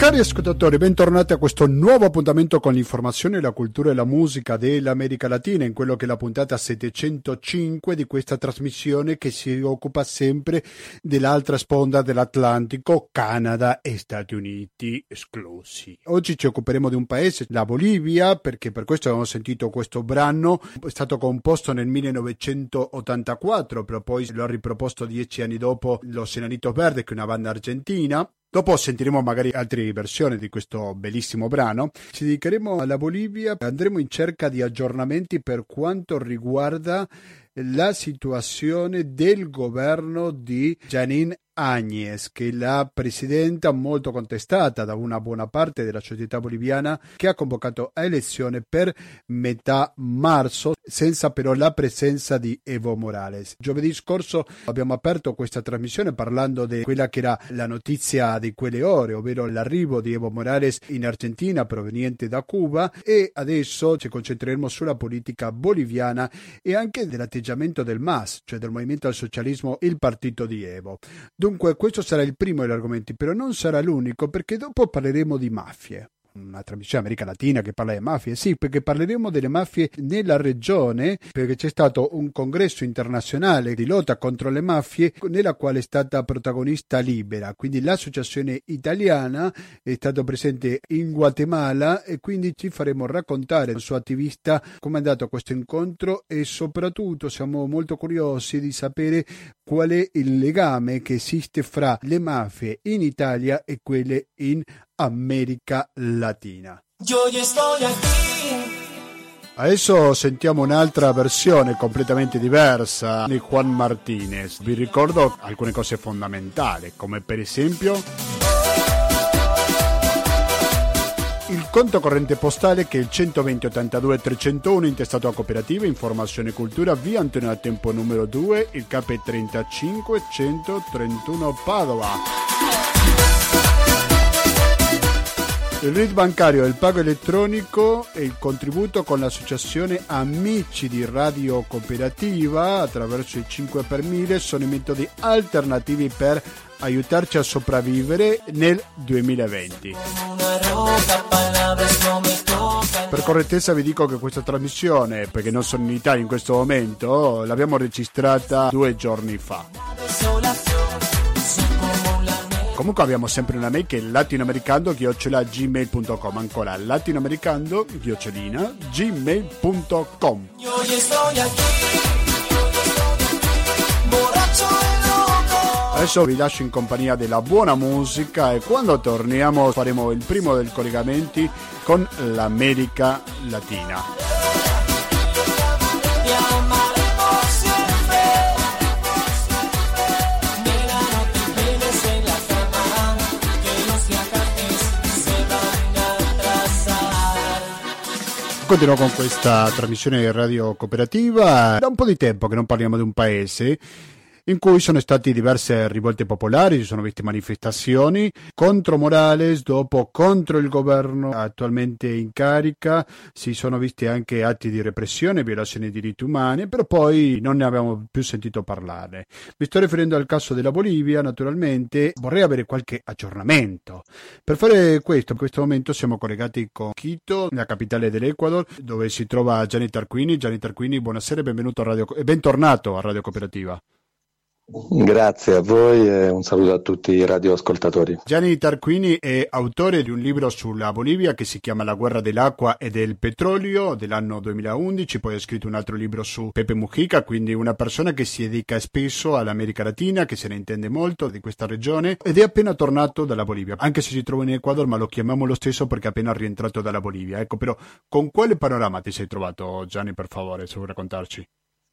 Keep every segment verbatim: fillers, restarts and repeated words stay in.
Cari ascoltatori, bentornati a questo nuovo appuntamento con l'informazione, la cultura e la musica dell'America Latina, in quello che è la puntata settecentocinque di questa trasmissione che si occupa sempre dell'altra sponda dell'Atlantico, Canada e Stati Uniti esclusi. Oggi ci occuperemo di un paese, la Bolivia, perché per questo abbiamo sentito questo brano, è stato composto nel millenovecentottantaquattro, però poi lo ha riproposto dieci anni dopo Los Enanitos Verdes, che è una banda argentina. Dopo sentiremo magari altre versioni di questo bellissimo brano. Ci dedicheremo alla Bolivia, andremo in cerca di aggiornamenti per quanto riguarda la situazione del governo di Janine Áñez, che è la presidenta molto contestata da una buona parte della società boliviana, che ha convocato a elezione per metà marzo, senza però la presenza di Evo Morales. Giovedì scorso abbiamo aperto questa trasmissione parlando di quella che era la notizia di quelle ore, ovvero l'arrivo di Evo Morales in Argentina proveniente da Cuba, e adesso ci concentreremo sulla politica boliviana e anche dell'atteggiamento del M A S, cioè del Movimento al Socialismo, il partito di Evo. Dunque questo sarà il primo degli argomenti, però non sarà l'unico, perché dopo parleremo di mafie. Una trasmissione America Latina che parla di mafie, sì, perché parleremo delle mafie nella regione, perché c'è stato un congresso internazionale di lotta contro le mafie nella quale è stata protagonista Libera, quindi l'associazione italiana è stata presente in Guatemala, e quindi ci faremo raccontare il suo attivista come è andato a questo incontro, e soprattutto siamo molto curiosi di sapere qual è il legame che esiste fra le mafie in Italia e quelle in America Latina. Adesso sentiamo un'altra versione completamente diversa di Juan Martínez. Vi ricordo alcune cose fondamentali, come per esempio il conto corrente postale, che è il centoventi ottantadue trecentouno, intestato a Cooperativa Informazione e Cultura, via Antonio da Tempo numero due, il K trentacinque centotrentuno Padova. Il R I D bancario, il pago elettronico e il contributo con l'associazione Amici di Radio Cooperativa attraverso i cinque per mille sono i metodi alternativi per aiutarci a sopravvivere nel duemilaventi. Per correttezza vi dico che questa trasmissione, perché non sono in Italia in questo momento, l'abbiamo registrata due giorni fa. Comunque abbiamo sempre una mail che è latinoamericano chiocciola gmail punto com, ancora latinoamericano chiocciolina gmail punto com. Adesso vi lascio in compagnia della buona musica, e quando torniamo faremo il primo dei collegamenti con l'America Latina. Continuo con questa trasmissione di Radio Cooperativa. Da un po' di tempo che non parliamo di un paese in cui sono stati diverse rivolte popolari, si sono viste manifestazioni contro Morales, dopo contro il governo attualmente in carica, si sono visti anche atti di repressione, violazioni dei diritti umani, però poi non ne abbiamo più sentito parlare. Mi sto riferendo al caso della Bolivia, naturalmente. Vorrei avere qualche aggiornamento. Per fare questo, in questo momento siamo collegati con Quito, la capitale dell'Ecuador, dove si trova Gianni Tarquini. Gianni Tarquini, buonasera e benvenuto a Radio, e bentornato a Radio Cooperativa. Grazie a voi e un saluto a tutti i radioascoltatori. Gianni Tarquini è autore di un libro sulla Bolivia che si chiama La guerra dell'acqua e del petrolio dell'anno duemilaundici, poi ha scritto un altro libro su Pepe Mujica, quindi una persona che si dedica spesso all'America Latina, che se ne intende molto di questa regione, ed è appena tornato dalla Bolivia, anche se si trova in Ecuador, ma lo chiamiamo lo stesso perché è appena rientrato dalla Bolivia. Ecco, però con quale panorama ti sei trovato, Gianni, per favore, se vuoi raccontarci?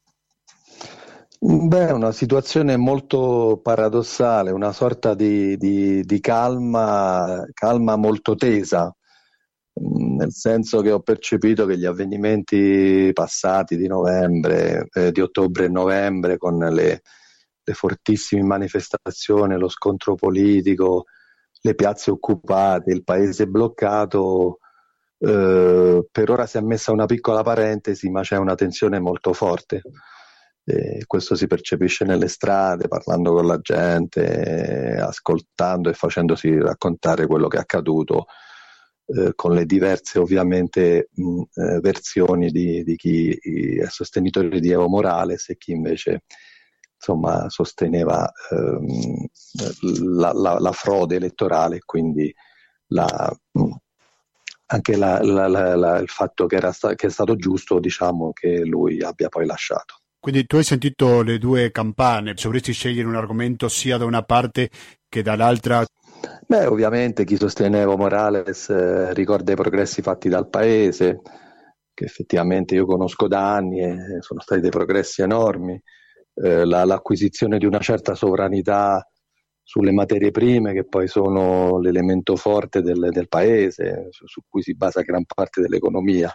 Beh, una situazione molto paradossale, una sorta di, di, di calma, calma molto tesa, nel senso che ho percepito che gli avvenimenti passati di novembre, eh, di ottobre e novembre, con le, le fortissime manifestazioni, lo scontro politico, le piazze occupate, il paese bloccato, eh, per ora si è messa una piccola parentesi, ma c'è una tensione molto forte. E questo si percepisce nelle strade, parlando con la gente, ascoltando e facendosi raccontare quello che è accaduto, eh, con le diverse ovviamente mh, eh, versioni di, di chi è sostenitore di Evo Morales e chi invece insomma sosteneva ehm, la, la, la frode elettorale e quindi la, mh, anche la, la, la, la, il fatto che, era sta- che è stato giusto, diciamo, che lui abbia poi lasciato. Quindi tu hai sentito le due campane, se vorresti scegliere un argomento sia da una parte che dall'altra? Beh, ovviamente chi sostiene Evo Morales eh, ricorda i progressi fatti dal paese, che effettivamente io conosco da anni e sono stati dei progressi enormi, eh, la, l'acquisizione di una certa sovranità sulle materie prime che poi sono l'elemento forte del, del paese, su, su cui si basa gran parte dell'economia.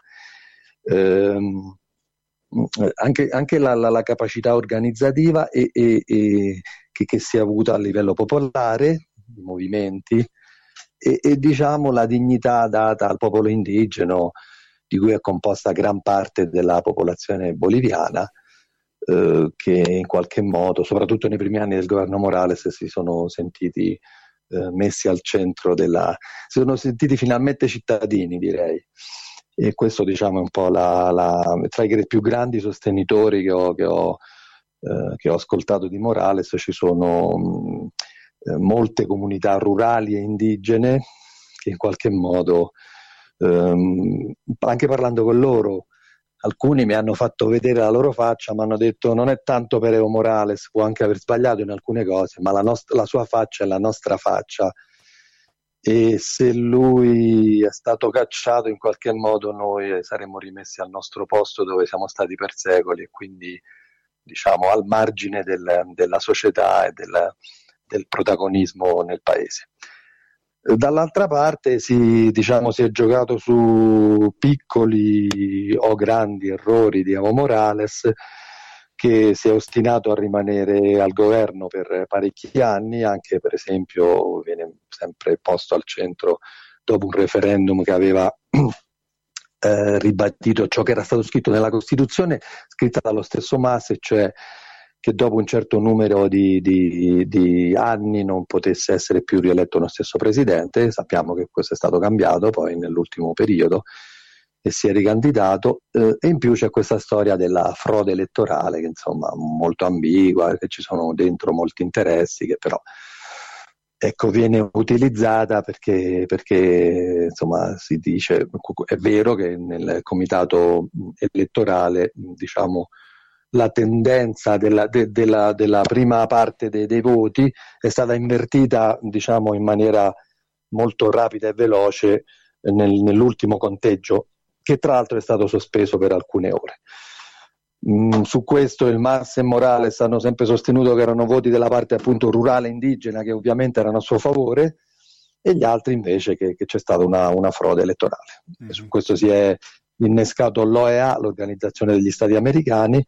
Ehm, anche, anche la, la, la capacità organizzativa e, e, e che, che si è avuta a livello popolare, i movimenti, e, e diciamo la dignità data al popolo indigeno, di cui è composta gran parte della popolazione boliviana, eh, che in qualche modo, soprattutto nei primi anni del governo Morales, si sono sentiti eh, messi al centro della... si sono sentiti finalmente cittadini, direi. E questo diciamo è un po' la, la, tra i più grandi sostenitori che ho, che ho, eh, che ho ascoltato di Morales ci sono mh, eh, molte comunità rurali e indigene che in qualche modo, ehm, anche parlando con loro, alcuni mi hanno fatto vedere la loro faccia, mi hanno detto non è tanto per Evo Morales, può anche aver sbagliato in alcune cose, ma la, nost- la sua faccia è la nostra faccia. E se lui è stato cacciato in qualche modo noi saremmo rimessi al nostro posto dove siamo stati per secoli e quindi diciamo al margine del, della società e del, del protagonismo nel paese. Dall'altra parte si, diciamo, si è giocato su piccoli o grandi errori di Evo Morales, che si è ostinato a rimanere al governo per parecchi anni, anche per esempio viene sempre posto al centro dopo un referendum che aveva eh, ribadito ciò che era stato scritto nella Costituzione, scritta dallo stesso Mas, cioè che dopo un certo numero di, di, di anni non potesse essere più rieletto lo stesso presidente. Sappiamo che questo è stato cambiato poi nell'ultimo periodo e si è ricandidato, eh, e in più c'è questa storia della frode elettorale che insomma molto ambigua, che ci sono dentro molti interessi che però ecco viene utilizzata perché, perché insomma si dice, è vero che nel comitato elettorale diciamo la tendenza della, de, della, della prima parte dei, dei voti è stata invertita diciamo in maniera molto rapida e veloce nel, nell'ultimo conteggio, che tra l'altro è stato sospeso per alcune ore. Mm, su questo il Mas e Morales hanno sempre sostenuto che erano voti della parte appunto rurale indigena, che ovviamente erano a suo favore, e gli altri invece che, che c'è stata una, una frode elettorale. Mm-hmm. Su questo si è innescato l'O E A, l'Organizzazione degli Stati Americani,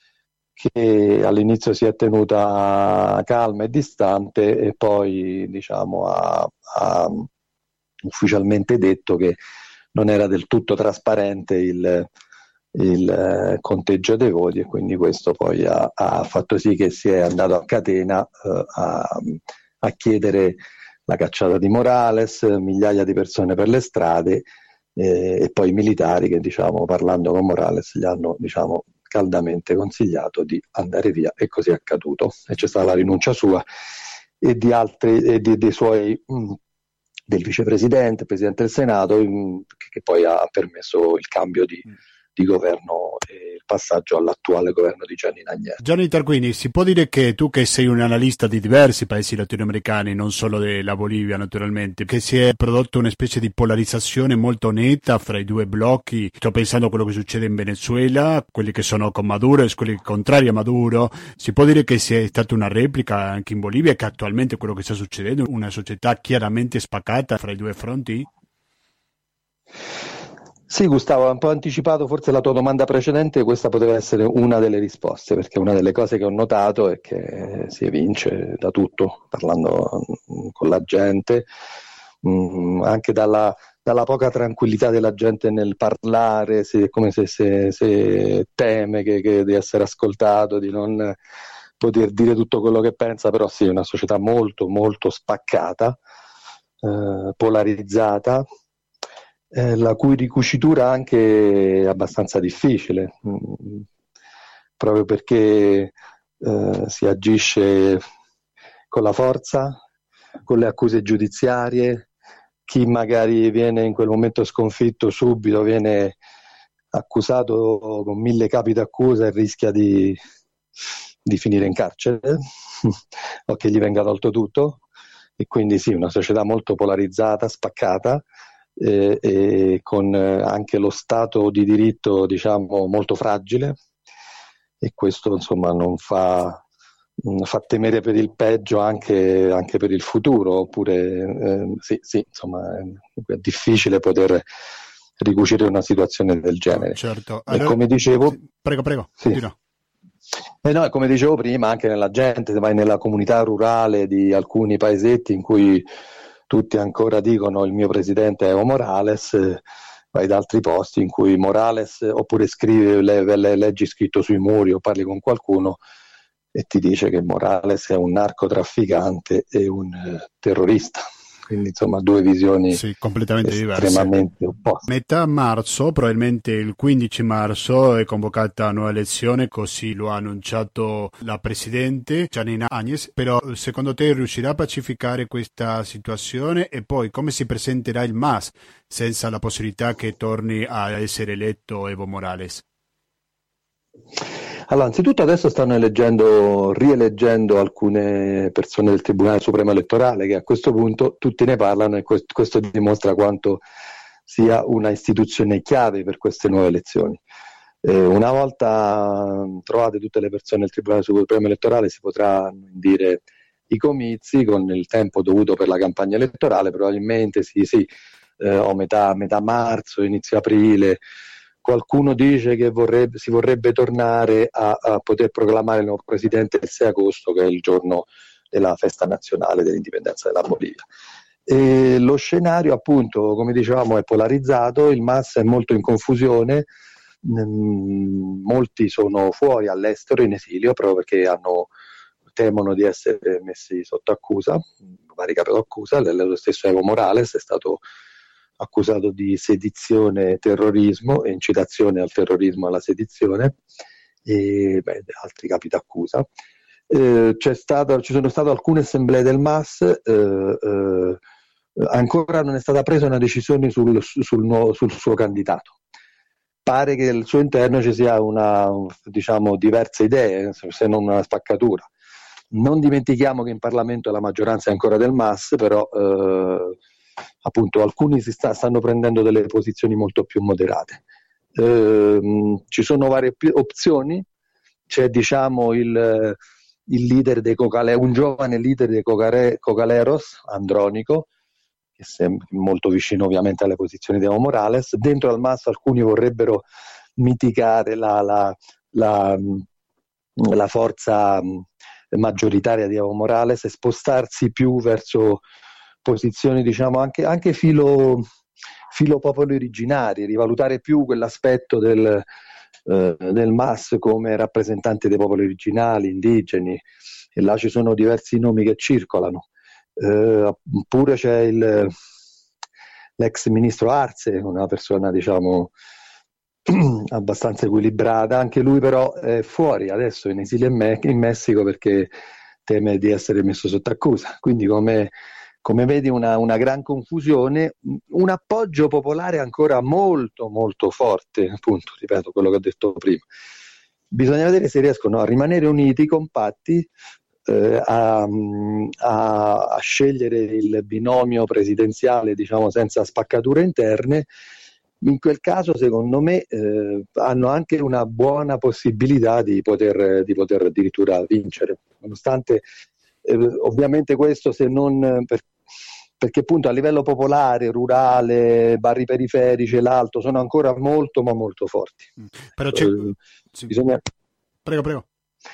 che all'inizio si è tenuta calma e distante e poi diciamo ha, ha ufficialmente detto che non era del tutto trasparente il, il eh, conteggio dei voti e quindi questo poi ha, ha fatto sì che si è andato a catena eh, a, a chiedere la cacciata di Morales, migliaia di persone per le strade eh, e poi i militari che diciamo parlando con Morales gli hanno diciamo caldamente consigliato di andare via e così è accaduto e c'è stata la rinuncia sua e di altri e di, dei suoi mh, del vicepresidente, presidente del Senato, mh, che, che poi ha permesso il cambio di, di governo e il passaggio all'attuale governo di Gianni Agnelli. Gianni Tarquini, si può dire che tu che sei un analista di diversi paesi latinoamericani, non solo della Bolivia naturalmente, che si è prodotto una specie di polarizzazione molto netta fra i due blocchi, sto pensando a quello che succede in Venezuela, quelli che sono con Maduro e quelli contrari a Maduro, si può dire che sia stata una replica anche in Bolivia e che attualmente quello che sta succedendo è una società chiaramente spaccata fra i due fronti? Sì, Gustavo, ha un po' anticipato forse la tua domanda precedente, questa poteva essere una delle risposte, perché una delle cose che ho notato è che si evince da tutto, parlando con la gente, mh, anche dalla, dalla poca tranquillità della gente nel parlare, se, come se, se, se teme che, che di essere ascoltato, di non poter dire tutto quello che pensa, però sì, è una società molto molto spaccata, eh, polarizzata, eh, la cui ricucitura anche è abbastanza difficile, mh, proprio perché eh, si agisce con la forza, con le accuse giudiziarie. Chi magari viene in quel momento sconfitto subito viene accusato con mille capi d'accusa e rischia di, di finire in carcere o che gli venga tolto tutto, e quindi sì, una società molto polarizzata, spaccata, eh, e con anche lo stato di diritto, diciamo, molto fragile, e questo insomma non fa fa temere per il peggio anche, anche per il futuro, oppure eh, sì, sì, insomma è, è difficile poter ricucire una situazione del genere. No, certo. E allora, come dicevo, sì, prego, prego, sì. continua. E no, come dicevo prima, anche nella gente, se vai nella comunità rurale di alcuni paesetti in cui tutti ancora dicono il mio presidente è Evo Morales, eh, vai da altri posti in cui Morales, oppure scrivi le, le leggi scritto sui muri o parli con qualcuno e ti dice che Morales è un narcotrafficante e un eh, terrorista. Quindi insomma due visioni sì, completamente estremamente diverse. opposte. Metà marzo, probabilmente il quindici marzo, è convocata una nuova elezione, così lo ha annunciato la Presidente Janine Áñez, però secondo te riuscirà a pacificare questa situazione? E poi come si presenterà il M A S senza la possibilità che torni a essere eletto Evo Morales? Allora, anzitutto adesso stanno eleggendo, rieleggendo alcune persone del Tribunale Supremo Elettorale, che a questo punto tutti ne parlano, e questo, questo dimostra quanto sia una istituzione chiave per queste nuove elezioni. Eh, una volta trovate tutte le persone del Tribunale Supremo Elettorale si potranno indire i comizi con il tempo dovuto per la campagna elettorale, probabilmente sì, sì, eh, o metà, metà marzo, inizio aprile. Qualcuno dice che vorrebbe, si vorrebbe tornare a, a poter proclamare il nuovo presidente il sei agosto, che è il giorno della festa nazionale dell'indipendenza della Bolivia. E lo scenario, appunto, come dicevamo, è polarizzato, il M A S è molto in confusione, mm, molti sono fuori, all'estero, in esilio, proprio perché hanno, temono di essere messi sotto accusa, vari capi d'accusa. Lo stesso Evo Morales è stato accusato di sedizione, terrorismo e incitazione al terrorismo e alla sedizione, e beh, altri capi d'accusa. Eh, c'è stato, ci sono state alcune assemblee del M A S, eh, eh, ancora non è stata presa una decisione sul, sul, nuovo, sul suo candidato. Pare che al suo interno ci sia una, diciamo, diverse idee, se non una spaccatura. Non dimentichiamo che in Parlamento la maggioranza è ancora del M A S, però eh, appunto alcuni si sta, stanno prendendo delle posizioni molto più moderate. Eh, ci sono varie p- opzioni, c'è diciamo il, il leader dei Cocale, un giovane leader dei Cocare, Cocaleros, Andrónico, che è molto vicino ovviamente alle posizioni di Evo Morales. Dentro al M A S alcuni vorrebbero mitigare la, la, la, la forza maggioritaria di Evo Morales e spostarsi più verso posizioni, diciamo, anche, anche filo, filo popoli originari, rivalutare più quell'aspetto del, eh, del M A S come rappresentante dei popoli originali, indigeni, e là ci sono diversi nomi che circolano. Eh, pure c'è il, l'ex ministro Arce, una persona, diciamo, abbastanza equilibrata, anche lui però è fuori adesso in esilio in, Me- in Messico perché teme di essere messo sotto accusa. Quindi come Come vedi una, una gran confusione, un appoggio popolare ancora molto molto forte, appunto, ripeto quello che ho detto prima. Bisogna vedere se riescono a rimanere uniti, compatti, eh, a, a, a scegliere il binomio presidenziale, diciamo, senza spaccature interne. In quel caso, secondo me, eh, hanno anche una buona possibilità di poter, di poter addirittura vincere, nonostante eh, ovviamente questo se non per, perché appunto a livello popolare, rurale, barri periferici e l'alto sono ancora molto ma molto forti. Però c'è... Eh, sì. bisogna... Prego, prego.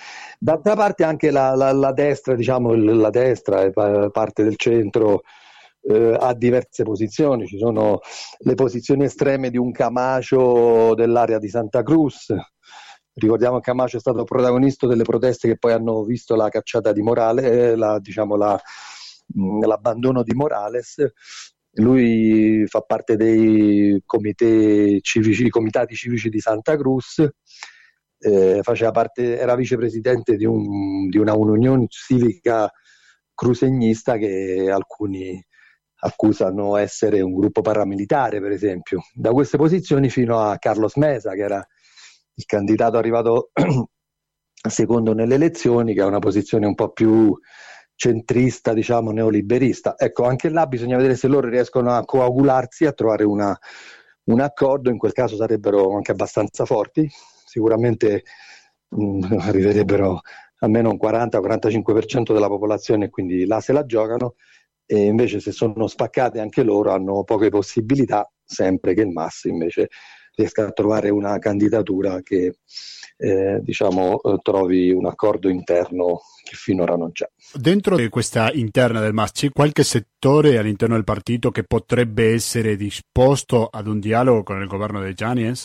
D'altra parte anche la, la, la destra, diciamo la destra e parte del centro eh, ha diverse posizioni. Ci sono le posizioni estreme di un Camacho dell'area di Santa Cruz. Ricordiamo che Camacho è stato protagonista delle proteste che poi hanno visto la cacciata di Morales, eh, la, diciamo la, mh, l'abbandono di Morales. Lui fa parte dei comitati civici, comitati civici di Santa Cruz, eh, faceva parte, era vicepresidente di, un, di una un'unione civica crucegnista che alcuni accusano essere un gruppo paramilitare, per esempio. Da queste posizioni fino a Carlos Mesa, che era il candidato arrivato secondo nelle elezioni, che ha una posizione un po' più centrista, diciamo neoliberista. Ecco, anche là bisogna vedere se loro riescono a coagularsi, a trovare una, un accordo. In quel caso sarebbero anche abbastanza forti, sicuramente mh, arriverebbero almeno un quaranta quarantacinque per cento della popolazione, quindi là se la giocano. E invece se sono spaccate anche loro hanno poche possibilità, sempre che il M A S invece riesca a trovare una candidatura che eh, diciamo eh, trovi un accordo interno che finora non c'è. Dentro questa interna del M A S c'è qualche settore all'interno del partito che potrebbe essere disposto ad un dialogo con il governo di Yáñez?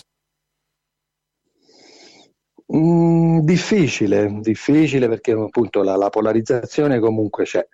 Mm, difficile, difficile perché appunto la, la polarizzazione comunque c'è.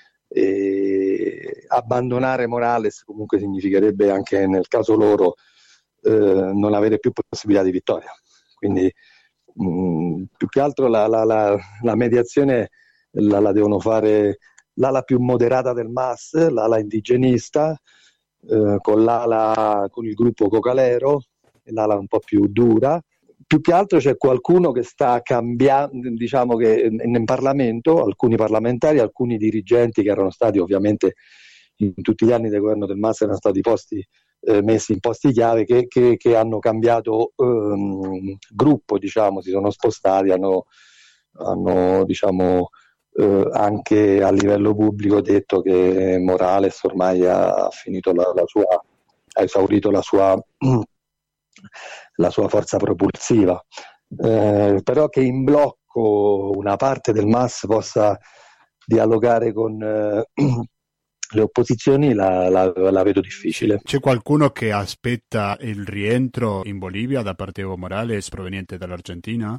E abbandonare Morales comunque significherebbe anche nel caso loro eh, non avere più possibilità di vittoria, quindi mh, più che altro la, la, la, la mediazione la, la devono fare l'ala più moderata del M A S, l'ala indigenista, eh, con l'ala con il gruppo Cocalero, l'ala un po' più dura. Più che altro c'è qualcuno che sta cambiando, diciamo che in Parlamento, alcuni parlamentari, alcuni dirigenti che erano stati ovviamente in tutti gli anni del governo del M A S erano stati posti, eh, messi in posti chiave, che, che, che hanno cambiato ehm, gruppo, diciamo, si sono spostati, hanno, hanno diciamo, eh, anche a livello pubblico detto che Morales ormai ha finito la, la sua, ha esaurito la sua la sua forza propulsiva, eh, però che in blocco una parte del M A S possa dialogare con eh, le opposizioni la, la, la vedo difficile. C'è qualcuno che aspetta il rientro in Bolivia da parte di Evo Morales proveniente dall'Argentina?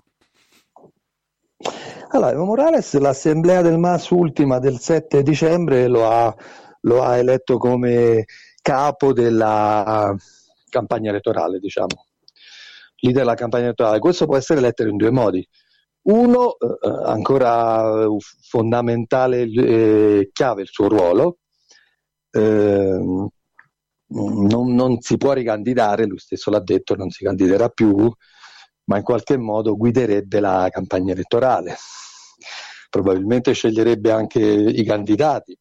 Allora, Evo Morales, l'assemblea del M A S ultima del sette dicembre lo ha, lo ha eletto come capo della campagna elettorale, diciamo, leader della campagna elettorale. Questo può essere letto in due modi. Uno, eh, ancora fondamentale, eh, chiave il suo ruolo, eh, non, non si può ricandidare, lui stesso l'ha detto, non si candiderà più, ma in qualche modo guiderebbe la campagna elettorale, probabilmente sceglierebbe anche i candidati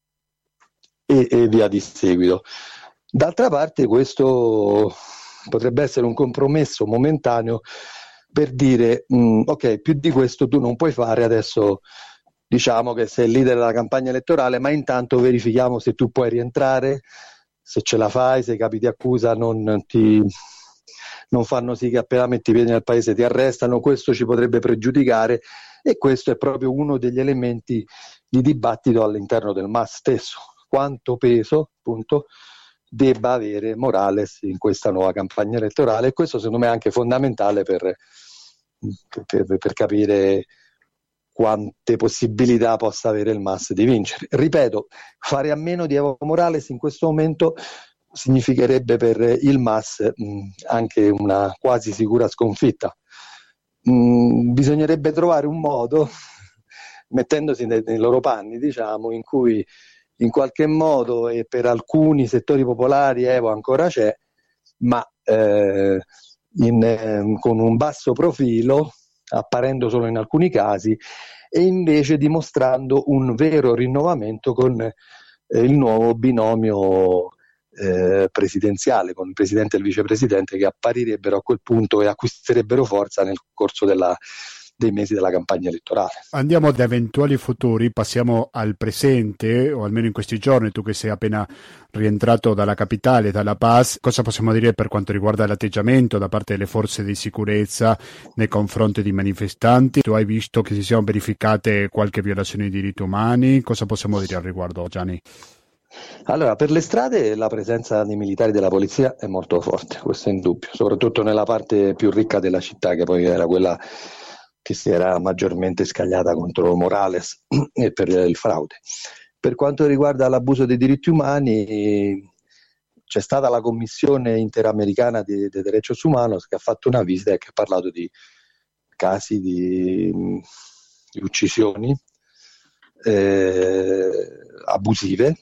e, e via di seguito. D'altra parte questo potrebbe essere un compromesso momentaneo per dire mh, ok, più di questo tu non puoi fare, adesso diciamo che sei il leader della campagna elettorale, ma intanto verifichiamo se tu puoi rientrare, se ce la fai, se i capi di accusa non, ti, non fanno sì che appena metti i piedi nel paese ti arrestano, questo ci potrebbe pregiudicare, e questo è proprio uno degli elementi di dibattito all'interno del M A S stesso, quanto peso appunto debba avere Morales in questa nuova campagna elettorale, e questo secondo me è anche fondamentale per, per, per capire quante possibilità possa avere il M A S di vincere. Ripeto, fare a meno di Evo Morales in questo momento significherebbe per il M A S mh, anche una quasi sicura sconfitta. Mh, bisognerebbe trovare un modo, mettendosi nei, nei loro panni, diciamo, in cui in qualche modo, e per alcuni settori popolari Evo ancora c'è, ma eh, in, eh, con un basso profilo, apparendo solo in alcuni casi, e invece dimostrando un vero rinnovamento con eh, il nuovo binomio eh, presidenziale, con il presidente e il vicepresidente, che apparirebbero a quel punto e acquisterebbero forza nel corso della dei mesi della campagna elettorale. Andiamo da eventuali futuri, passiamo al presente, o almeno in questi giorni, tu che sei appena rientrato dalla capitale, dalla Paz, cosa possiamo dire per quanto riguarda l'atteggiamento da parte delle forze di sicurezza nei confronti di manifestanti? Tu hai visto che si siano verificate qualche violazione dei diritti umani, cosa possiamo dire al riguardo, Gianni? Allora, per le strade la presenza dei militari della polizia è molto forte, questo è indubbio, soprattutto nella parte più ricca della città, che poi era quella che si era maggiormente scagliata contro Morales e per il fraude. Per quanto riguarda l'abuso dei diritti umani, c'è stata la Commissione Interamericana dei de Derechos Humanos che ha fatto una visita e che ha parlato di casi di, di uccisioni eh, abusive,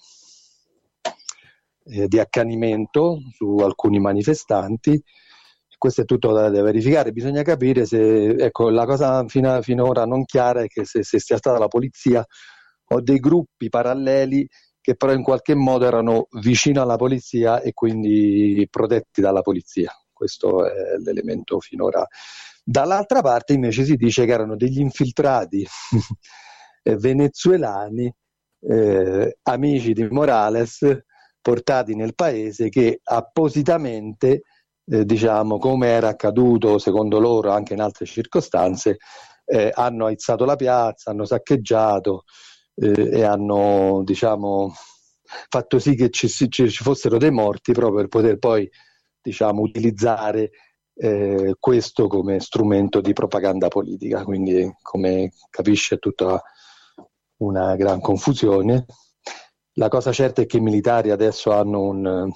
eh, di accanimento su alcuni manifestanti. Questo è tutto da, da verificare, bisogna capire se, ecco, la cosa fino, finora non chiara è che se, se sia stata la polizia o dei gruppi paralleli che però in qualche modo erano vicino alla polizia e quindi protetti dalla polizia. Questo è l'elemento finora. Dall'altra parte invece si dice che erano degli infiltrati venezuelani, eh, amici di Morales, portati nel paese, che appositamente, eh, diciamo, come era accaduto secondo loro anche in altre circostanze, eh, hanno aizzato la piazza, hanno saccheggiato eh, e hanno, diciamo, fatto sì che ci, ci, ci fossero dei morti proprio per poter poi, diciamo, utilizzare eh, questo come strumento di propaganda politica. Quindi, come capisce, è tutta una gran confusione. La cosa certa è che i militari adesso hanno un, eh,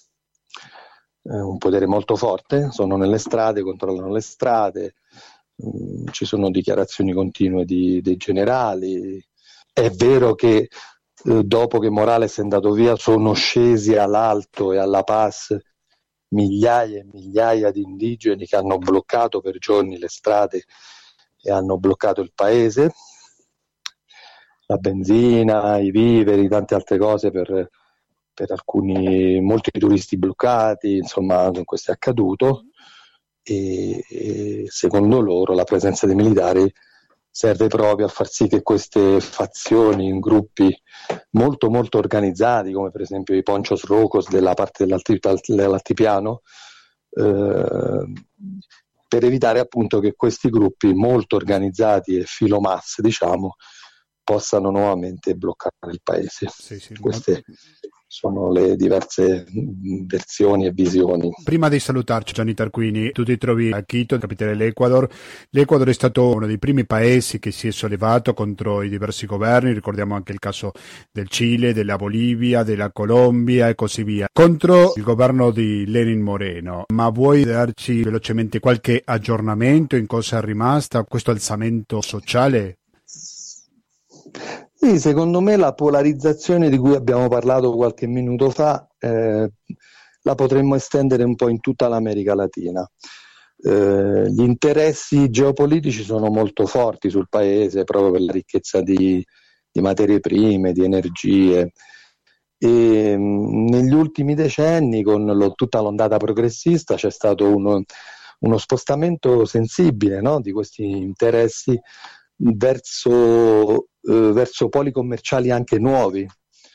un potere molto forte, sono nelle strade, controllano le strade, mh, ci sono dichiarazioni continue di, dei generali. È vero che eh, dopo che Morales è andato via sono scesi all'Alto e alla Paz migliaia e migliaia di indigeni che hanno bloccato per giorni le strade e hanno bloccato il paese, la benzina, i viveri, tante altre cose per, per alcuni, molti turisti bloccati, insomma questo è accaduto e, e secondo loro la presenza dei militari serve proprio a far sì che queste fazioni in gruppi molto molto organizzati, come per esempio i Ponchos Rojos della parte dell'altipiano, eh, per evitare appunto che questi gruppi molto organizzati e filomasse, diciamo, possano nuovamente bloccare il paese. Sì, sì. Queste sono le diverse versioni e visioni. Prima di salutarci, Gianni Tarquini, tu ti trovi a Quito, capitale dell'Ecuador. L'Ecuador è stato uno dei primi paesi che si è sollevato contro i diversi governi, ricordiamo anche il caso del Cile, della Bolivia, della Colombia e così via, contro il governo di Lenin Moreno. Ma vuoi darci velocemente qualche aggiornamento in cosa è rimasta questo alzamento sociale? Sì, secondo me la polarizzazione di cui abbiamo parlato qualche minuto fa eh, la potremmo estendere un po' in tutta l'America Latina. Eh, gli interessi geopolitici sono molto forti sul paese proprio per la ricchezza di, di materie prime, di energie e mh, negli ultimi decenni con lo, tutta l'ondata progressista c'è stato uno, uno spostamento sensibile, no, di questi interessi verso Eh, verso poli commerciali anche nuovi,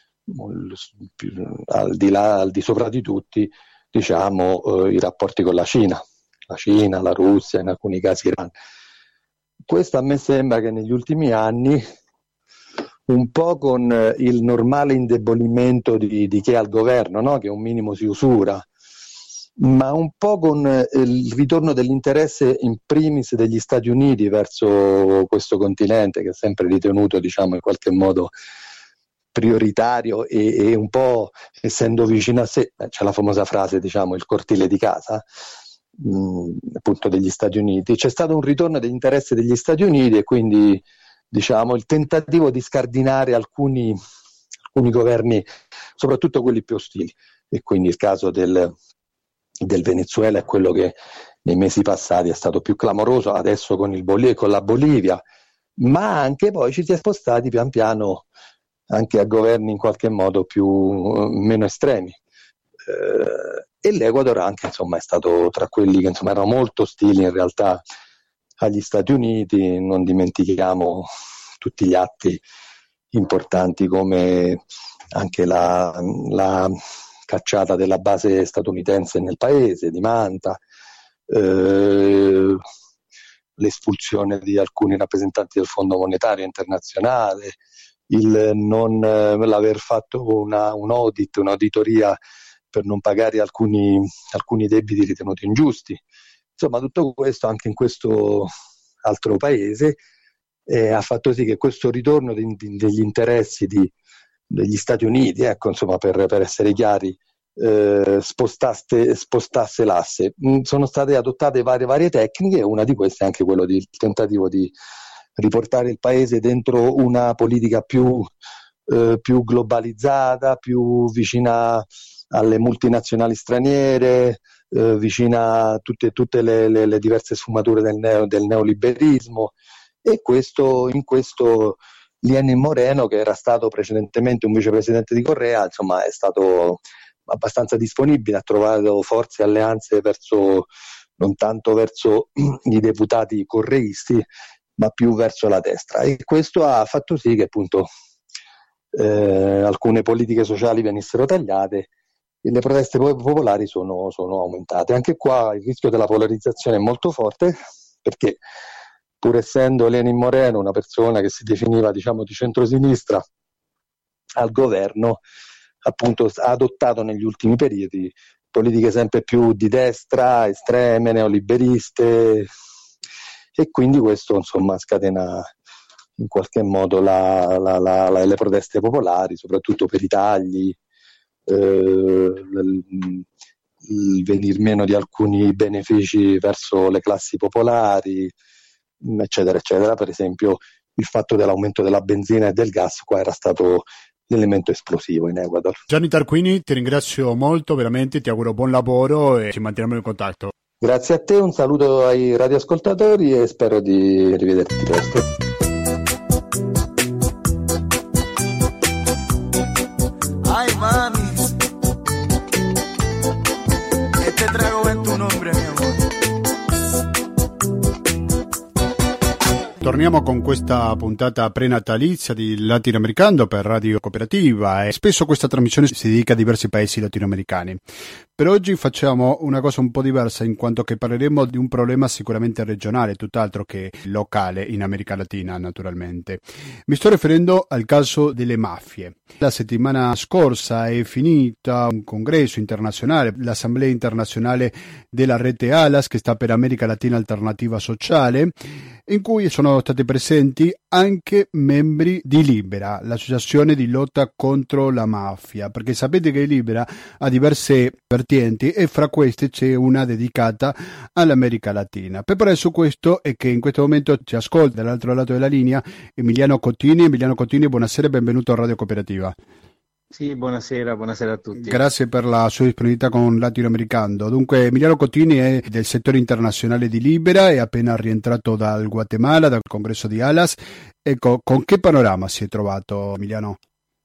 al di là, al di sopra di tutti, diciamo, eh, i rapporti con la Cina, la Cina, la Russia, in alcuni casi Iran. Questo a me sembra che negli ultimi anni, un po' con eh, il normale indebolimento di, di chi è al governo, no? Che un minimo si usura, ma un po' con eh, il ritorno dell'interesse in primis degli Stati Uniti verso questo continente che è sempre ritenuto, diciamo, in qualche modo prioritario e, e un po' essendo vicino a sé, c'è la famosa frase, diciamo, il cortile di casa, mh, appunto degli Stati Uniti. C'è stato un ritorno dell'interesse degli Stati Uniti e quindi, diciamo, il tentativo di scardinare alcuni, alcuni governi, soprattutto quelli più ostili, e quindi il caso del del Venezuela è quello che nei mesi passati è stato più clamoroso, adesso con, il Bol- con la Bolivia, ma anche poi ci si è spostati pian piano anche a governi in qualche modo più meno estremi eh, e l'Ecuador anche, insomma, è stato tra quelli che, insomma, erano molto ostili in realtà agli Stati Uniti. Non dimentichiamo tutti gli atti importanti come anche la, la cacciata della base statunitense nel paese di Manta, eh, l'espulsione di alcuni rappresentanti del Fondo Monetario Internazionale, il non eh, l'aver fatto una, un audit, un'auditoria per non pagare alcuni, alcuni debiti ritenuti ingiusti. Insomma, tutto questo anche in questo altro paese eh, ha fatto sì che questo ritorno di, di, degli interessi di, degli Stati Uniti, ecco, insomma, per, per essere chiari, eh, spostasse, spostasse l'asse. Mm, sono state adottate varie, varie tecniche, una di queste è anche quello del tentativo di riportare il paese dentro una politica più, eh, più globalizzata, più vicina alle multinazionali straniere, eh, vicina a tutte, tutte le, le, le diverse sfumature del, neo, del neoliberismo, e questo, in questo Lenín Moreno, che era stato precedentemente un vicepresidente di Correa, insomma è stato abbastanza disponibile, ha trovato forze e alleanze verso, non tanto verso i deputati correisti, ma più verso la destra, e questo ha fatto sì che appunto eh, alcune politiche sociali venissero tagliate e le proteste popolari sono, sono aumentate. Anche qua il rischio della polarizzazione è molto forte, perché pur essendo Lenín Moreno una persona che si definiva, diciamo, di centrosinistra, al governo appunto ha adottato negli ultimi periodi politiche sempre più di destra, estreme, neoliberiste, e quindi questo insomma scatena in qualche modo la, la, la, la, le proteste popolari, soprattutto per i tagli, eh, il, il venir meno di alcuni benefici verso le classi popolari, eccetera, eccetera. Per esempio il fatto dell'aumento della benzina e del gas qua era stato l'elemento esplosivo in Ecuador. Gianni Tarquini, ti ringrazio molto, veramente, ti auguro buon lavoro e ci manteniamo in contatto. Grazie a te, un saluto ai radioascoltatori e spero di rivederti presto. Ay, mami, este trago es tu nombre, mi amor. Torniamo con questa puntata prenatalizia di Latinoamericano per Radio Cooperativa, e spesso questa trasmissione si dedica a diversi paesi latinoamericani. Per oggi facciamo una cosa un po' diversa, in quanto che parleremo di un problema sicuramente regionale, tutt'altro che locale in America Latina, naturalmente. Mi sto riferendo al caso delle mafie. La settimana scorsa è finita un congresso internazionale, l'Assemblea internazionale della rete ALAS, che sta per America Latina Alternativa Sociale, in cui sono stati presenti anche membri di Libera, l'associazione di lotta contro la mafia, perché sapete che Libera ha diverse vertienti e fra queste c'è una dedicata all'America Latina. Per parlare su questo e che in questo momento ci ascolta dall'altro lato della linea Emiliano Cottini. Emiliano Cottini, buonasera e benvenuto a Radio Cooperativa. Sì, buonasera, buonasera a tutti. Grazie per la sua disponibilità con Latinoamericano. Dunque, Emiliano Cottini è del settore internazionale di Libera, è appena rientrato dal Guatemala, dal congresso di ALAS. Ecco, con che panorama si è trovato, Emiliano?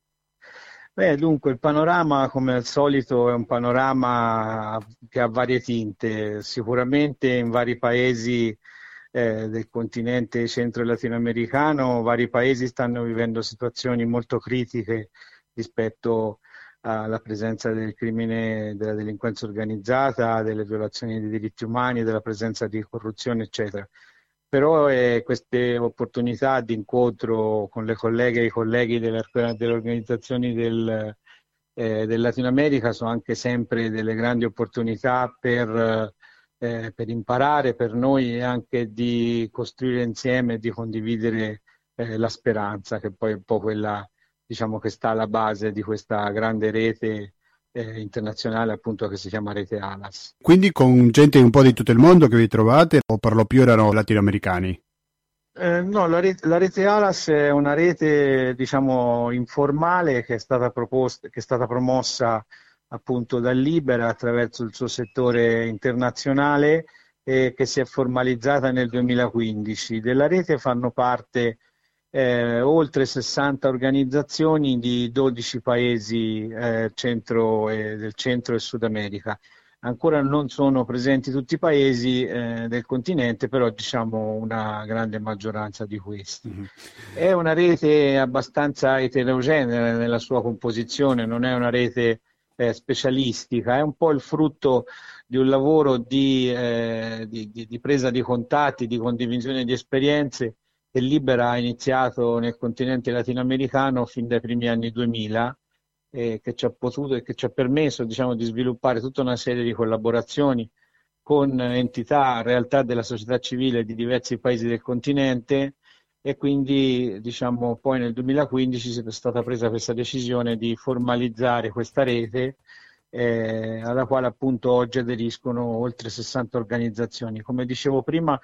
Beh, dunque, il panorama, come al solito, è un panorama che ha varie tinte. Sicuramente in vari paesi eh, del continente centro e latinoamericano, vari paesi stanno vivendo situazioni molto critiche rispetto alla presenza del crimine, della delinquenza organizzata, delle violazioni dei diritti umani, della presenza di corruzione, eccetera. Però eh, queste opportunità di incontro con le colleghe e i colleghi delle, delle organizzazioni del, eh, del Latino America sono anche sempre delle grandi opportunità per, eh, per imparare per noi, e anche di costruire insieme e di condividere eh, la speranza, che poi è un po' quella, diciamo, che sta alla base di questa grande rete eh, internazionale, appunto, che si chiama Rete ALAS. Quindi con gente un po' di tutto il mondo che vi trovate, o per lo più erano latinoamericani? Eh, no, la rete, la rete ALAS è una rete, diciamo, informale che è stata proposta, che è stata promossa appunto da Libera attraverso il suo settore internazionale e che si è formalizzata nel duemilaquindici. Della rete fanno parte Eh, oltre sessanta organizzazioni di dodici paesi eh, centro e, del centro e Sud America. Ancora non sono presenti tutti i paesi eh, del continente, però diciamo una grande maggioranza di questi. Mm-hmm. È una rete abbastanza eterogenea nella sua composizione, non è una rete eh, specialistica, è un po' il frutto di un lavoro di, eh, di, di, di presa di contatti, di condivisione di esperienze che Libera ha iniziato nel continente latinoamericano fin dai primi anni duemila, eh, che ci ha potuto e che ci ha permesso, diciamo, di sviluppare tutta una serie di collaborazioni con entità, realtà della società civile di diversi paesi del continente, e quindi, diciamo, poi nel duemilaquindici è stata presa questa decisione di formalizzare questa rete, eh, alla quale appunto oggi aderiscono oltre sessanta organizzazioni. Come dicevo prima,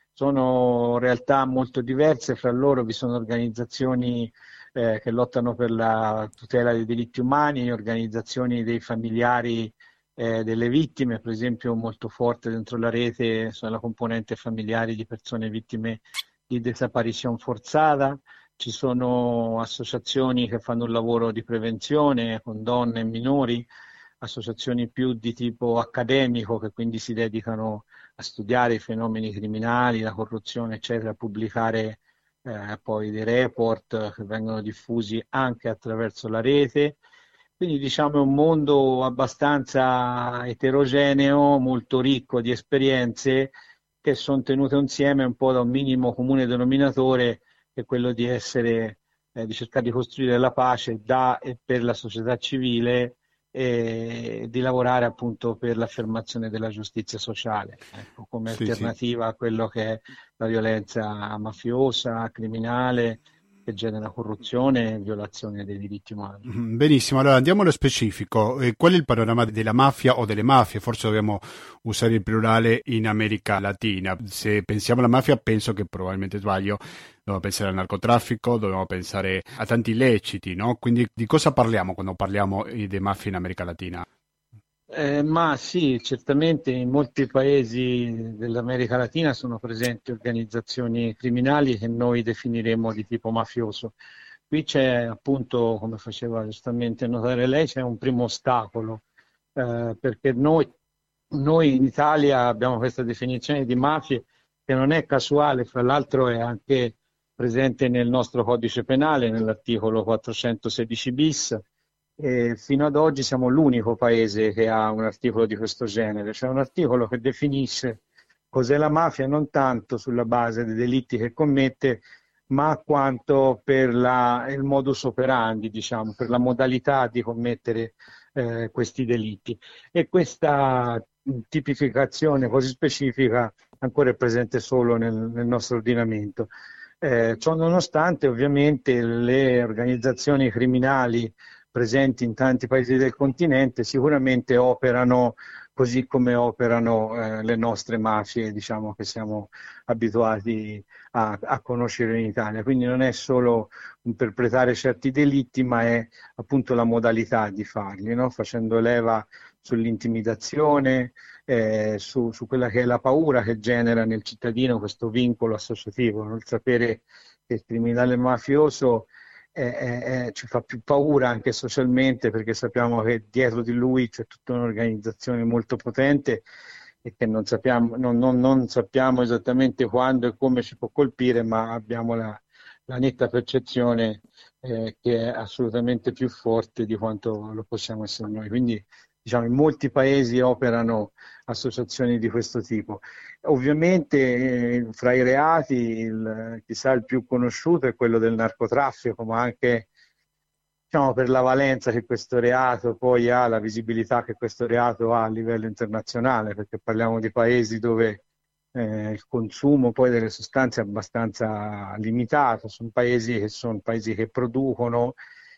sono realtà molto diverse fra loro, vi sono organizzazioni eh, che lottano per la tutela dei diritti umani, organizzazioni dei familiari eh, delle vittime, per esempio molto forte dentro la rete sono la componente familiari di persone vittime di desaparizione forzata, ci sono associazioni che fanno un lavoro di prevenzione con donne e minori, associazioni più di tipo accademico che quindi si dedicano a studiare i fenomeni criminali, la corruzione, eccetera, a pubblicare eh, poi dei report che vengono diffusi anche attraverso la rete. Quindi diciamo è un mondo abbastanza eterogeneo, molto ricco di esperienze che sono tenute insieme un po' da un minimo comune denominatore, che è quello di essere, eh, di cercare di costruire la pace da e per la società civile, e di lavorare appunto per l'affermazione della giustizia sociale, ecco, come Sì, alternativa sì. a quello che è la violenza mafiosa, criminale, che genera corruzione e violazione dei diritti umani. Mm, Benissimo, allora andiamo allo specifico. Eh, qual è il panorama della mafia o delle mafie? Forse dobbiamo usare il plurale in America Latina. Se pensiamo alla mafia, penso che probabilmente sbaglio, dobbiamo pensare al narcotraffico, dobbiamo pensare a tanti illeciti, no? Quindi di cosa parliamo quando parliamo eh, di mafia in America Latina? Eh, ma sì, certamente in molti paesi dell'America Latina sono presenti organizzazioni criminali che noi definiremo di tipo mafioso. Qui c'è appunto, come faceva giustamente notare lei, c'è un primo ostacolo, eh, perché noi, noi in Italia abbiamo questa definizione di mafie che non è casuale, fra l'altro è anche presente nel nostro codice penale, nell'articolo quattrocentosedici bis, e fino ad oggi siamo l'unico paese che ha un articolo di questo genere, cioè un articolo che definisce cos'è la mafia non tanto sulla base dei delitti che commette, ma quanto per la, il modus operandi, diciamo, per la modalità di commettere eh, questi delitti. E questa tipificazione così specifica ancora è presente solo nel, nel nostro ordinamento. Eh, ciò nonostante, ovviamente, le organizzazioni criminali presenti in tanti paesi del continente sicuramente operano così come operano eh, le nostre mafie, diciamo, che siamo abituati a, a conoscere in Italia. Quindi non è solo interpretare certi delitti, ma è appunto la modalità di farli, no? Facendo leva sull'intimidazione, eh, su, su quella che è la paura che genera nel cittadino questo vincolo associativo, no? Il sapere che il criminale mafioso Eh, eh, ci fa più paura anche socialmente, perché sappiamo che dietro di lui c'è tutta un'organizzazione molto potente e che non sappiamo, non, non, non sappiamo esattamente quando e come ci può colpire, ma abbiamo la, la netta percezione eh, che è assolutamente più forte di quanto lo possiamo essere noi. Quindi diciamo, in molti paesi operano associazioni di questo tipo. Ovviamente eh, fra i reati il, chissà il più conosciuto è quello del narcotraffico, ma anche diciamo, per la valenza che questo reato poi ha, la visibilità che questo reato ha a livello internazionale, perché parliamo di paesi dove eh, il consumo poi delle sostanze è abbastanza limitato, sono paesi che sono paesi che producono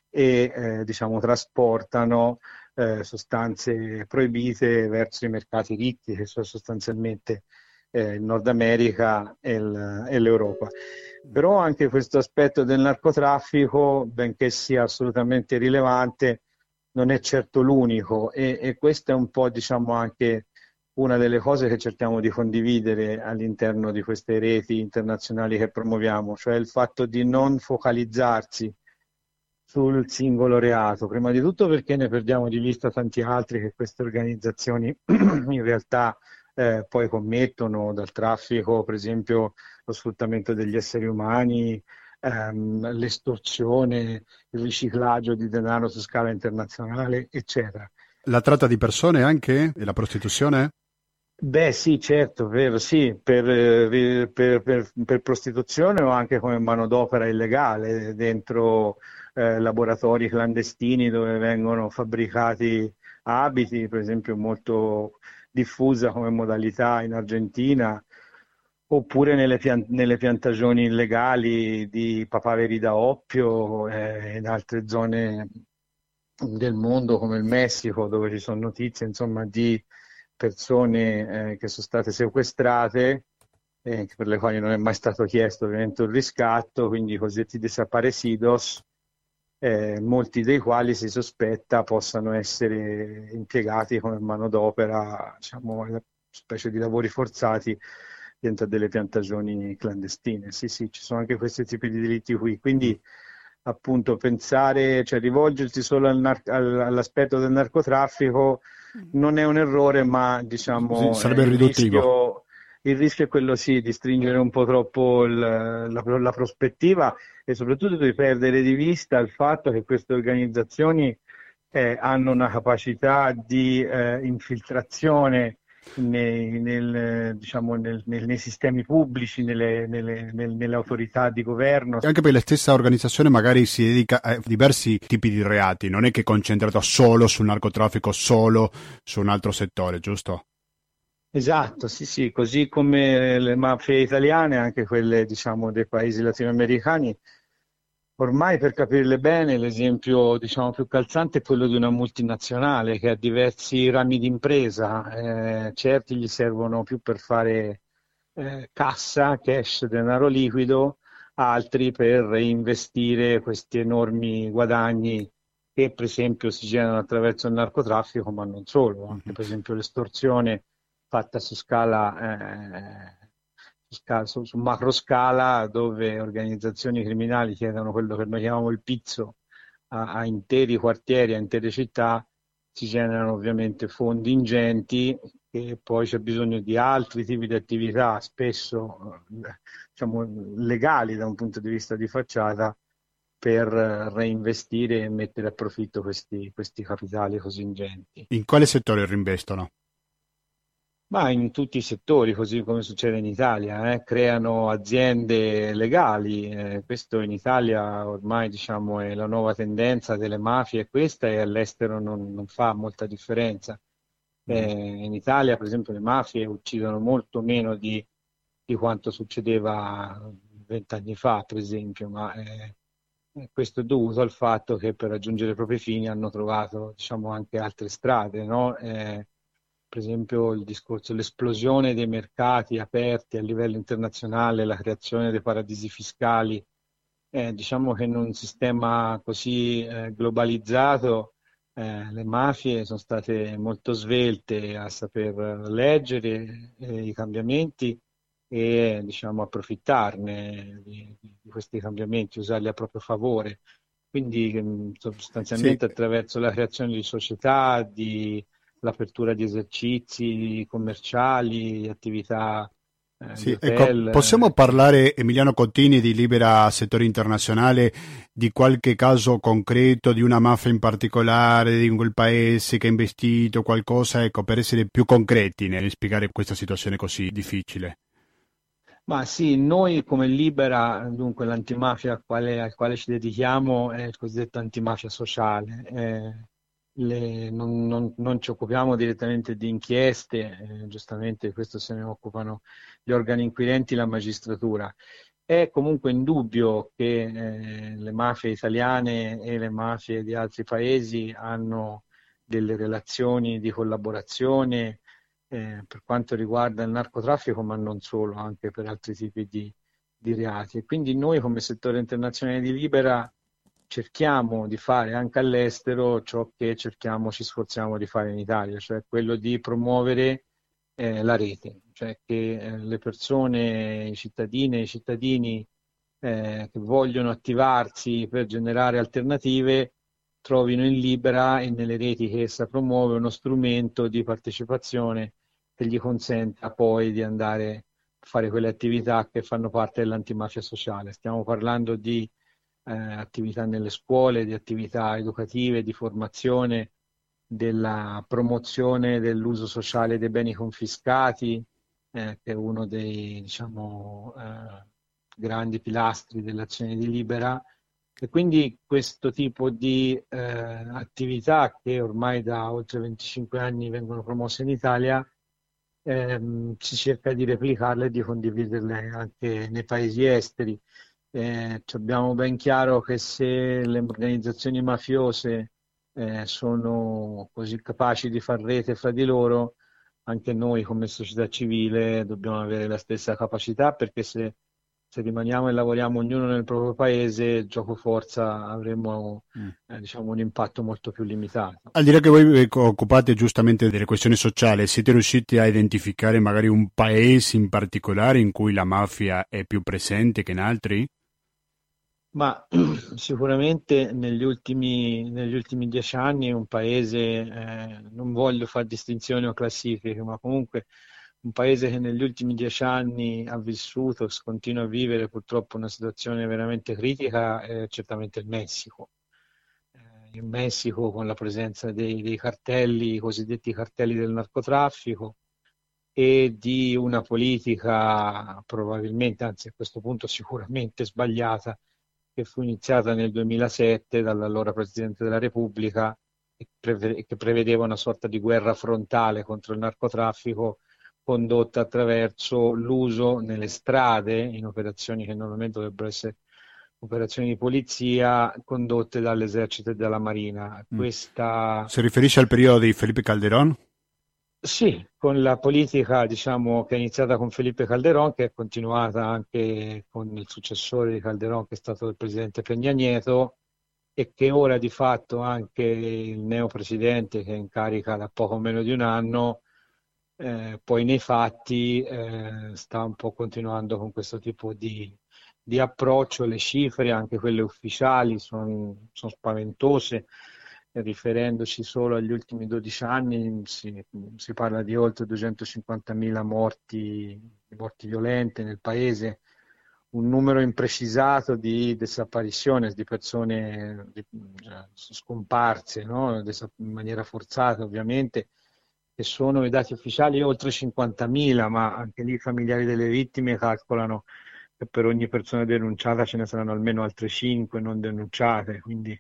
e eh, diciamo, trasportano eh, sostanze proibite verso i mercati ricchi, che sono sostanzialmente eh, il Nord America e, il, e l'Europa. Però anche questo aspetto del narcotraffico, benché sia assolutamente rilevante, non è certo l'unico, e, e questa è un po', diciamo, anche una delle cose che cerchiamo di condividere all'interno di queste reti internazionali che promuoviamo, cioè il fatto di non focalizzarsi sul singolo reato, prima di tutto perché ne perdiamo di vista tanti altri che queste organizzazioni in realtà eh, poi commettono, dal traffico, per esempio lo sfruttamento degli esseri umani, ehm, l'estorsione, il riciclaggio di denaro su scala internazionale, eccetera. La tratta di persone anche? E la prostituzione? Beh, sì, certo, vero, sì, per, eh, per- per- per prostituzione o anche come manodopera illegale dentro eh, laboratori clandestini dove vengono fabbricati abiti, per esempio molto diffusa come modalità in Argentina, oppure nelle, pian- nelle piantagioni illegali di papaveri da oppio eh, in altre zone del mondo come il Messico, dove ci sono notizie, insomma, di persone eh, che sono state sequestrate, eh, per le quali non è mai stato chiesto ovviamente un riscatto, quindi i cosiddetti desaparecidos, eh, molti dei quali si sospetta possano essere impiegati come manodopera, diciamo, una specie di lavori forzati dentro delle piantagioni clandestine. Sì, sì, ci sono anche questi tipi di delitti qui. Quindi appunto pensare, cioè rivolgersi solo al nar- al- all'aspetto del narcotraffico non è un errore, ma Sì, diciamo eh, sarebbe il riduttivo. rischio, il rischio è quello sì di stringere un po' troppo il- la, la prospettiva e soprattutto di perdere di vista il fatto che queste organizzazioni eh, hanno una capacità di eh, infiltrazione nei, nel, diciamo, nel- nel- nei sistemi pubblici, nelle, nelle- nel- nelle autorità di governo. Anche per la stessa organizzazione magari si dedica a diversi tipi di reati, non è che è concentrato solo sul narcotraffico, solo su un altro settore, giusto? Esatto, sì, sì, così come le mafie italiane, anche quelle, diciamo, dei paesi latinoamericani. Ormai per capirle bene, l'esempio diciamo, più calzante è quello di una multinazionale che ha diversi rami di impresa, eh, certi gli servono più per fare eh, cassa, cash, denaro liquido, altri per investire questi enormi guadagni che per esempio si generano attraverso il narcotraffico, ma non solo, anche Mhm. per esempio l'estorsione fatta su scala, eh, su, sca- su- su macro scala, dove organizzazioni criminali chiedono quello che noi chiamiamo il pizzo a, a interi quartieri, a intere città, si generano ovviamente fondi ingenti e poi c'è bisogno di altri tipi di attività, spesso eh, diciamo, legali da un punto di vista di facciata, per eh, reinvestire e mettere a profitto questi, questi capitali così ingenti. In quale settore reinvestono? Ma in tutti i settori, così come succede in Italia, eh, creano aziende legali. Eh, questo in Italia ormai diciamo, è la nuova tendenza delle mafie, questa e all'estero non, non fa molta differenza. Mm. Eh, in Italia, per esempio, le mafie uccidono molto meno di, di quanto succedeva vent'anni fa, per esempio, ma eh, eh, questo è dovuto al fatto che per raggiungere i propri fini hanno trovato, diciamo, anche altre strade, no? Eh, per esempio il discorso dell'esplosione dei mercati aperti a livello internazionale, la creazione dei paradisi fiscali, eh, diciamo che in un sistema così eh, globalizzato eh, le mafie sono state molto svelte a saper leggere eh, i cambiamenti e diciamo, approfittarne di, di questi cambiamenti, usarli a proprio favore. Quindi mh, Sì, sostanzialmente attraverso la creazione di società, di l'apertura di esercizi commerciali, attività eh, di sì, ecco, hotel. possiamo eh, parlare, Emiliano Cottini, di Libera Settore Internazionale, di qualche caso concreto, di una mafia in particolare, di quel paese che ha investito qualcosa, ecco, per essere più concreti nel spiegare questa situazione così difficile. Ma sì, noi come Libera, dunque l'antimafia al quale, al quale ci dedichiamo è il cosiddetto antimafia sociale. Eh, le- non, non- non ci occupiamo direttamente di inchieste, eh, giustamente di questo se ne occupano gli organi inquirenti e la magistratura. È comunque indubbio che eh, le mafie italiane e le mafie di altri paesi hanno delle relazioni di collaborazione eh, per quanto riguarda il narcotraffico, ma non solo, anche per altri tipi di, di reati. E quindi noi come settore internazionale di Libera cerchiamo di fare anche all'estero ciò che cerchiamo, ci sforziamo di fare in Italia, cioè quello di promuovere eh, la rete, cioè che eh, le persone, i cittadine e i cittadini eh, che vogliono attivarsi per generare alternative trovino in Libera e nelle reti che essa promuove uno strumento di partecipazione che gli consenta poi di andare a fare quelle attività che fanno parte dell'antimafia sociale. Stiamo parlando di eh, attività nelle scuole, di attività educative, di formazione della promozione dell'uso sociale dei beni confiscati, eh, che è uno dei, diciamo, eh, grandi pilastri dell'azione di Libera. E quindi questo tipo di eh, attività, che ormai da oltre venticinque anni vengono promosse in Italia, ehm, si cerca di replicarle e di condividerle anche nei paesi esteri. Eh, abbiamo ben chiaro che se le organizzazioni mafiose eh, sono così capaci di far rete fra di loro, anche noi come società civile dobbiamo avere la stessa capacità, perché se se rimaniamo e lavoriamo ognuno nel proprio paese, gioco forza, avremo Mm. eh, diciamo, un impatto molto più limitato. Al di là che voi vi occupate giustamente delle questioni sociali, siete riusciti a identificare magari un paese in particolare in cui la mafia è più presente che in altri? Ma sicuramente negli ultimi, negli ultimi dieci anni un paese, eh, non voglio fare distinzioni o classifiche, ma comunque un paese che negli ultimi dieci anni ha vissuto, continua a vivere purtroppo una situazione veramente critica, è certamente il Messico. Eh, in Messico, con la presenza dei, dei cartelli, i cosiddetti cartelli del narcotraffico, e di una politica probabilmente, anzi a questo punto sicuramente sbagliata, che fu iniziata nel duemilasette dall'allora Presidente della Repubblica, e preve- che prevedeva una sorta di guerra frontale contro il narcotraffico, condotta attraverso l'uso nelle strade, in operazioni che normalmente dovrebbero essere operazioni di polizia, condotte dall'esercito e dalla marina. Mm. Questa Si riferisce al periodo di Felipe Calderón? Sì, con la politica, diciamo, che è iniziata con Felipe Calderón, che è continuata anche con il successore di Calderón, che è stato il presidente Peña Nieto, e che ora di fatto anche il neopresidente, che è in carica da poco meno di un anno, eh, poi nei fatti eh, sta un po' continuando con questo tipo di, di approccio. Le cifre, anche quelle ufficiali, sono, sono spaventose. Riferendoci solo agli ultimi dodici anni, si, si parla di oltre duecentocinquantamila morti, morti violente nel paese, un numero imprecisato di disapparizioni, di persone di, cioè, scomparse, no? In maniera forzata ovviamente, che sono i dati ufficiali oltre cinquantamila, ma anche lì i familiari delle vittime calcolano che per ogni persona denunciata ce ne saranno almeno altre cinque non denunciate, quindi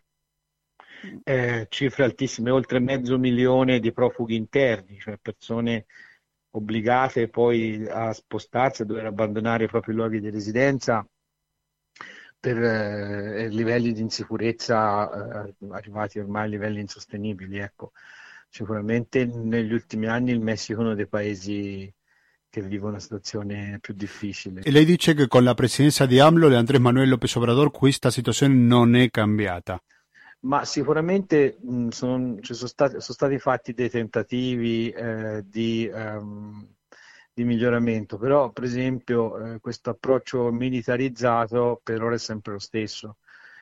eh, cifre altissime, oltre mezzo milione di profughi interni, cioè persone obbligate poi a spostarsi, a dover abbandonare i propri luoghi di residenza per eh, livelli di insicurezza eh, arrivati ormai a livelli insostenibili. Ecco. Sicuramente negli ultimi anni il Messico è uno dei paesi che vive una situazione più difficile. E lei dice che con la presidenza di AMLO, di Andrés Manuel López Obrador, questa situazione non è cambiata. Ma sicuramente mh, son, ci sono stati, sono stati fatti dei tentativi eh, di, um, di miglioramento, però per esempio eh, questo approccio militarizzato per ora è sempre lo stesso.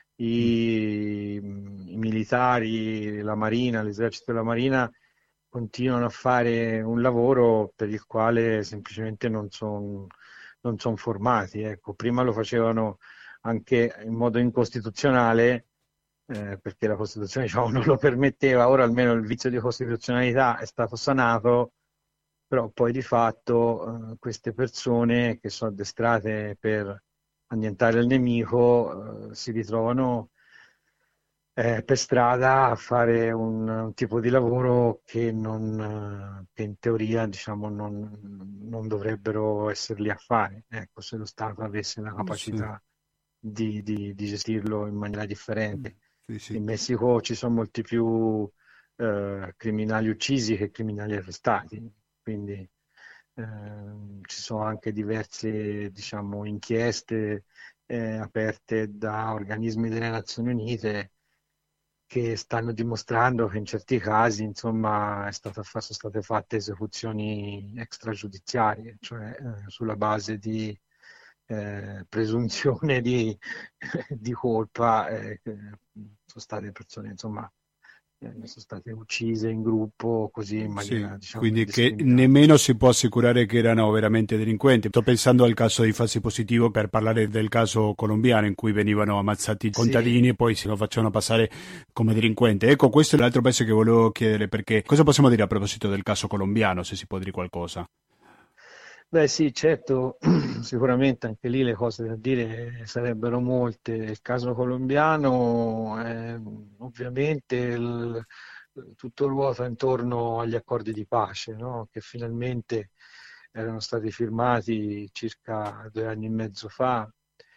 I, mm. i militari, la Marina, l'esercito e la Marina continuano a fare un lavoro per il quale semplicemente non sono non son formati. Ecco. Prima lo facevano anche in modo incostituzionale, Eh, perché la Costituzione diciamo, non lo permetteva. Ora almeno il vizio di costituzionalità è stato sanato, però poi di fatto eh, queste persone che sono addestrate per annientare il nemico eh, si ritrovano eh, per strada a fare un, un tipo di lavoro che, non, che in teoria diciamo, non, non dovrebbero essere lì a fare. Ecco, se lo Stato avesse la capacità sì. di, di, di gestirlo in maniera differente. Sì, sì. In Messico ci sono molti più eh, criminali uccisi che criminali arrestati, quindi eh, ci sono anche diverse diciamo, inchieste eh, aperte da organismi delle Nazioni Unite che stanno dimostrando che in certi casi insomma, è stata, sono state fatte esecuzioni extragiudiziarie, cioè eh, sulla base di Eh, presunzione di, di colpa, eh, sono state persone insomma sono state uccise in gruppo così in maniera, Sì, diciamo, quindi che indiscriminata. nemmeno si può assicurare che erano veramente delinquenti. Sto pensando al caso di falsi positivo per parlare del caso colombiano in cui venivano ammazzati contadini Sì. e poi si lo facevano passare come delinquenti. Ecco, questo è l'altro paese che volevo chiedere, perché cosa possiamo dire a proposito del caso colombiano, se si può dire qualcosa? Beh sì, certo, sicuramente anche lì le cose da dire sarebbero molte. Il caso colombiano, eh, ovviamente il- tutto ruota intorno agli accordi di pace, no? Che finalmente erano stati firmati circa due anni e mezzo fa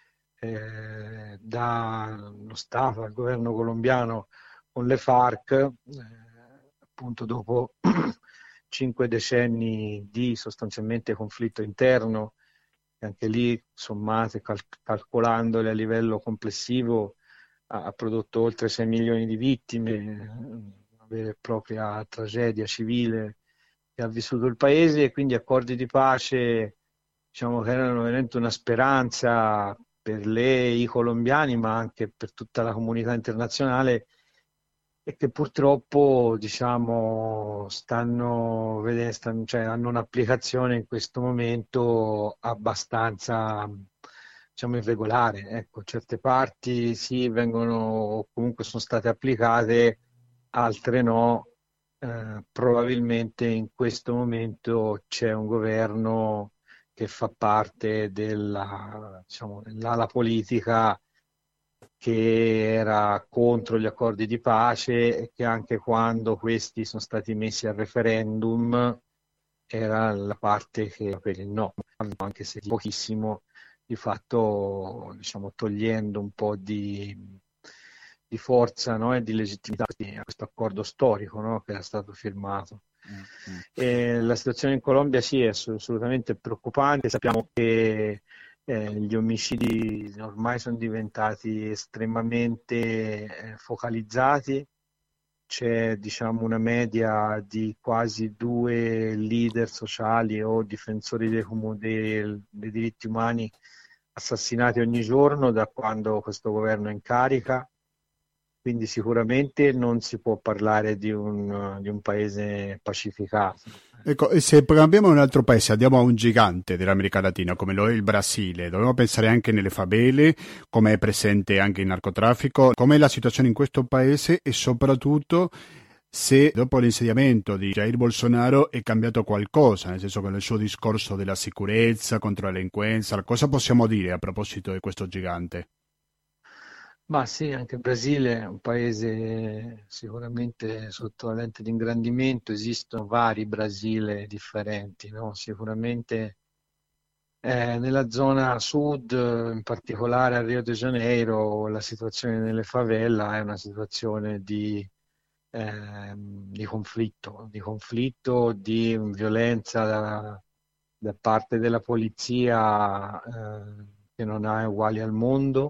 eh, dallo Stato, dal governo colombiano con le FARC, eh, appunto dopo cinque decenni di sostanzialmente conflitto interno, e anche lì sommate, cal- calcolandole a livello complessivo, ha, ha prodotto oltre sei milioni di vittime, una vera e propria tragedia civile che ha vissuto il paese, e quindi accordi di pace, diciamo che erano veramente una speranza per le, i colombiani, ma anche per tutta la comunità internazionale, e che purtroppo diciamo, stanno, vede- stanno- cioè, hanno un'applicazione in questo momento abbastanza diciamo, irregolare. Ecco, certe parti sì, vengono, o comunque sono state applicate, altre no. Eh, probabilmente in questo momento c'è un governo che fa parte della, diciamo, dell'ala politica che era contro gli accordi di pace e che anche quando questi sono stati messi al referendum era la parte che era per il no, anche se pochissimo, di fatto diciamo, togliendo un po' di, di forza, no, e di legittimità a questo accordo storico, no, che era stato firmato. Mm. E la situazione in Colombia sì è assolutamente preoccupante, sappiamo che eh, gli omicidi ormai sono diventati estremamente eh, focalizzati, c'è diciamo una media di quasi due leader sociali o difensori dei, comu- dei, dei diritti umani assassinati ogni giorno da quando questo governo è in carica, quindi sicuramente non si può parlare di un, di un paese pacificato. Ecco, e se cambiamo un altro paese, andiamo a un gigante dell'America Latina come lo è il Brasile, dobbiamo pensare anche nelle favele, come è presente anche il narcotraffico, com'è la situazione in questo paese e soprattutto se dopo l'insediamento di Jair Bolsonaro è cambiato qualcosa, nel senso che nel suo discorso della sicurezza contro la delinquenza, cosa possiamo dire a proposito di questo gigante? Ma sì, anche il Brasile è un paese sicuramente sotto la lente di ingrandimento, esistono vari Brasile differenti, no? Sicuramente eh, nella zona sud, in particolare a Rio de Janeiro, la situazione nelle favela è una situazione di, ehm, di conflitto, di conflitto, di violenza da, da parte della polizia eh, che non ha uguali al mondo.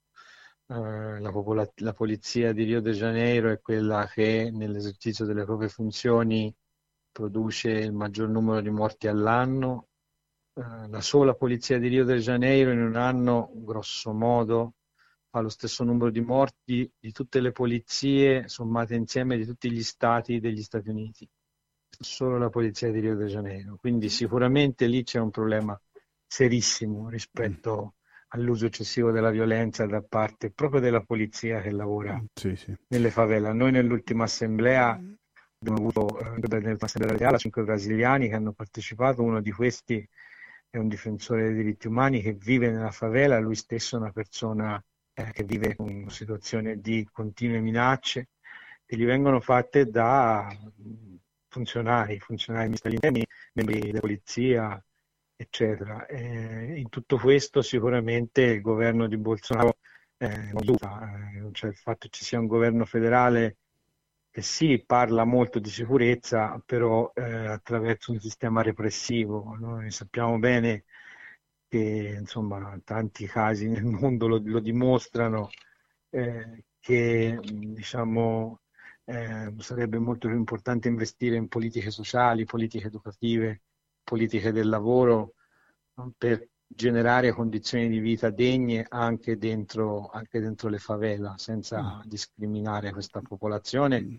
Eh, la, popola- la polizia di Rio de Janeiro è quella che nell'esercizio delle proprie funzioni produce il maggior numero di morti all'anno. Eh, la sola polizia di Rio de Janeiro in un anno, grosso modo, fa lo stesso numero di morti di tutte le polizie sommate insieme di tutti gli stati degli Stati Uniti. Solo la polizia di Rio de Janeiro. Quindi sicuramente lì c'è un problema serissimo Mm. rispetto all'uso eccessivo della violenza da parte proprio della polizia che lavora Sì, sì. nelle favela. Noi nell'ultima assemblea abbiamo avuto eh, nell'ultima assemblea reale cinque brasiliani che hanno partecipato, uno di questi è un difensore dei diritti umani che vive nella favela, lui stesso è una persona eh, che vive in una situazione di continue minacce che gli vengono fatte da funzionari, funzionari ministeri interni, membri della polizia, eccetera. E in tutto questo sicuramente il governo di Bolsonaro eh, non aiuta, eh, cioè il fatto che ci sia un governo federale che sì, parla molto di sicurezza, però eh, attraverso un sistema repressivo. Noi sappiamo bene che insomma tanti casi nel mondo lo, lo dimostrano eh, che diciamo eh, sarebbe molto più importante investire in politiche sociali, politiche educative, politiche del lavoro, no? Per generare condizioni di vita degne anche dentro, anche dentro le favela, senza discriminare questa popolazione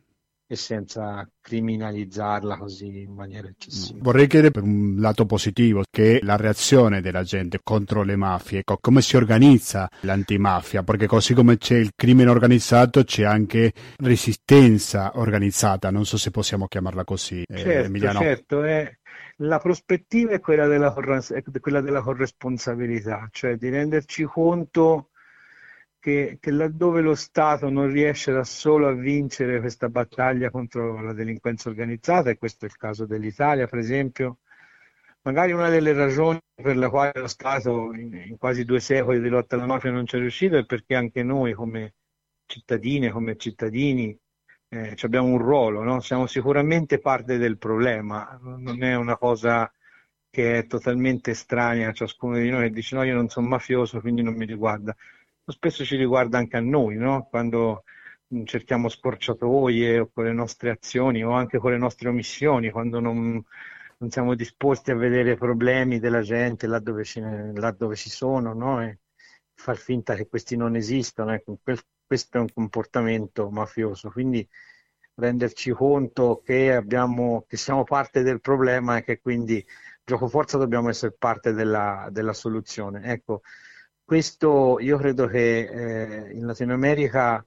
e senza criminalizzarla così in maniera eccessiva. Vorrei chiedere per un lato positivo che la reazione della gente contro le mafie, co- come si organizza l'antimafia, perché così come c'è il crimine organizzato c'è anche resistenza organizzata, non so se possiamo chiamarla così, eh, Certo, Emiliano. certo, è, la prospettiva è quella della, corres- è quella della corresponsabilità, cioè di renderci conto che, che laddove lo Stato non riesce da solo a vincere questa battaglia contro la delinquenza organizzata, e questo è il caso dell'Italia, per esempio, magari una delle ragioni per la quale lo Stato in, in quasi due secoli di lotta alla mafia non ci è riuscito è perché anche noi come cittadine, come cittadini, eh, ci abbiamo un ruolo, no? Siamo sicuramente parte del problema, non è una cosa che è totalmente estranea a ciascuno di noi che dice no, io non sono mafioso, quindi non mi riguarda. Spesso ci riguarda anche a noi, no? Quando mh, cerchiamo scorciatoie o con le nostre azioni o anche con le nostre omissioni, quando non, non siamo disposti a vedere problemi della gente là dove ci, là dove ci sono, no? E far finta che questi non esistano. Ecco, quel- questo è un comportamento mafioso, quindi renderci conto che abbiamo, che siamo parte del problema e che quindi gioco forza dobbiamo essere parte della, della soluzione. Ecco, questo io credo che eh, in Latino America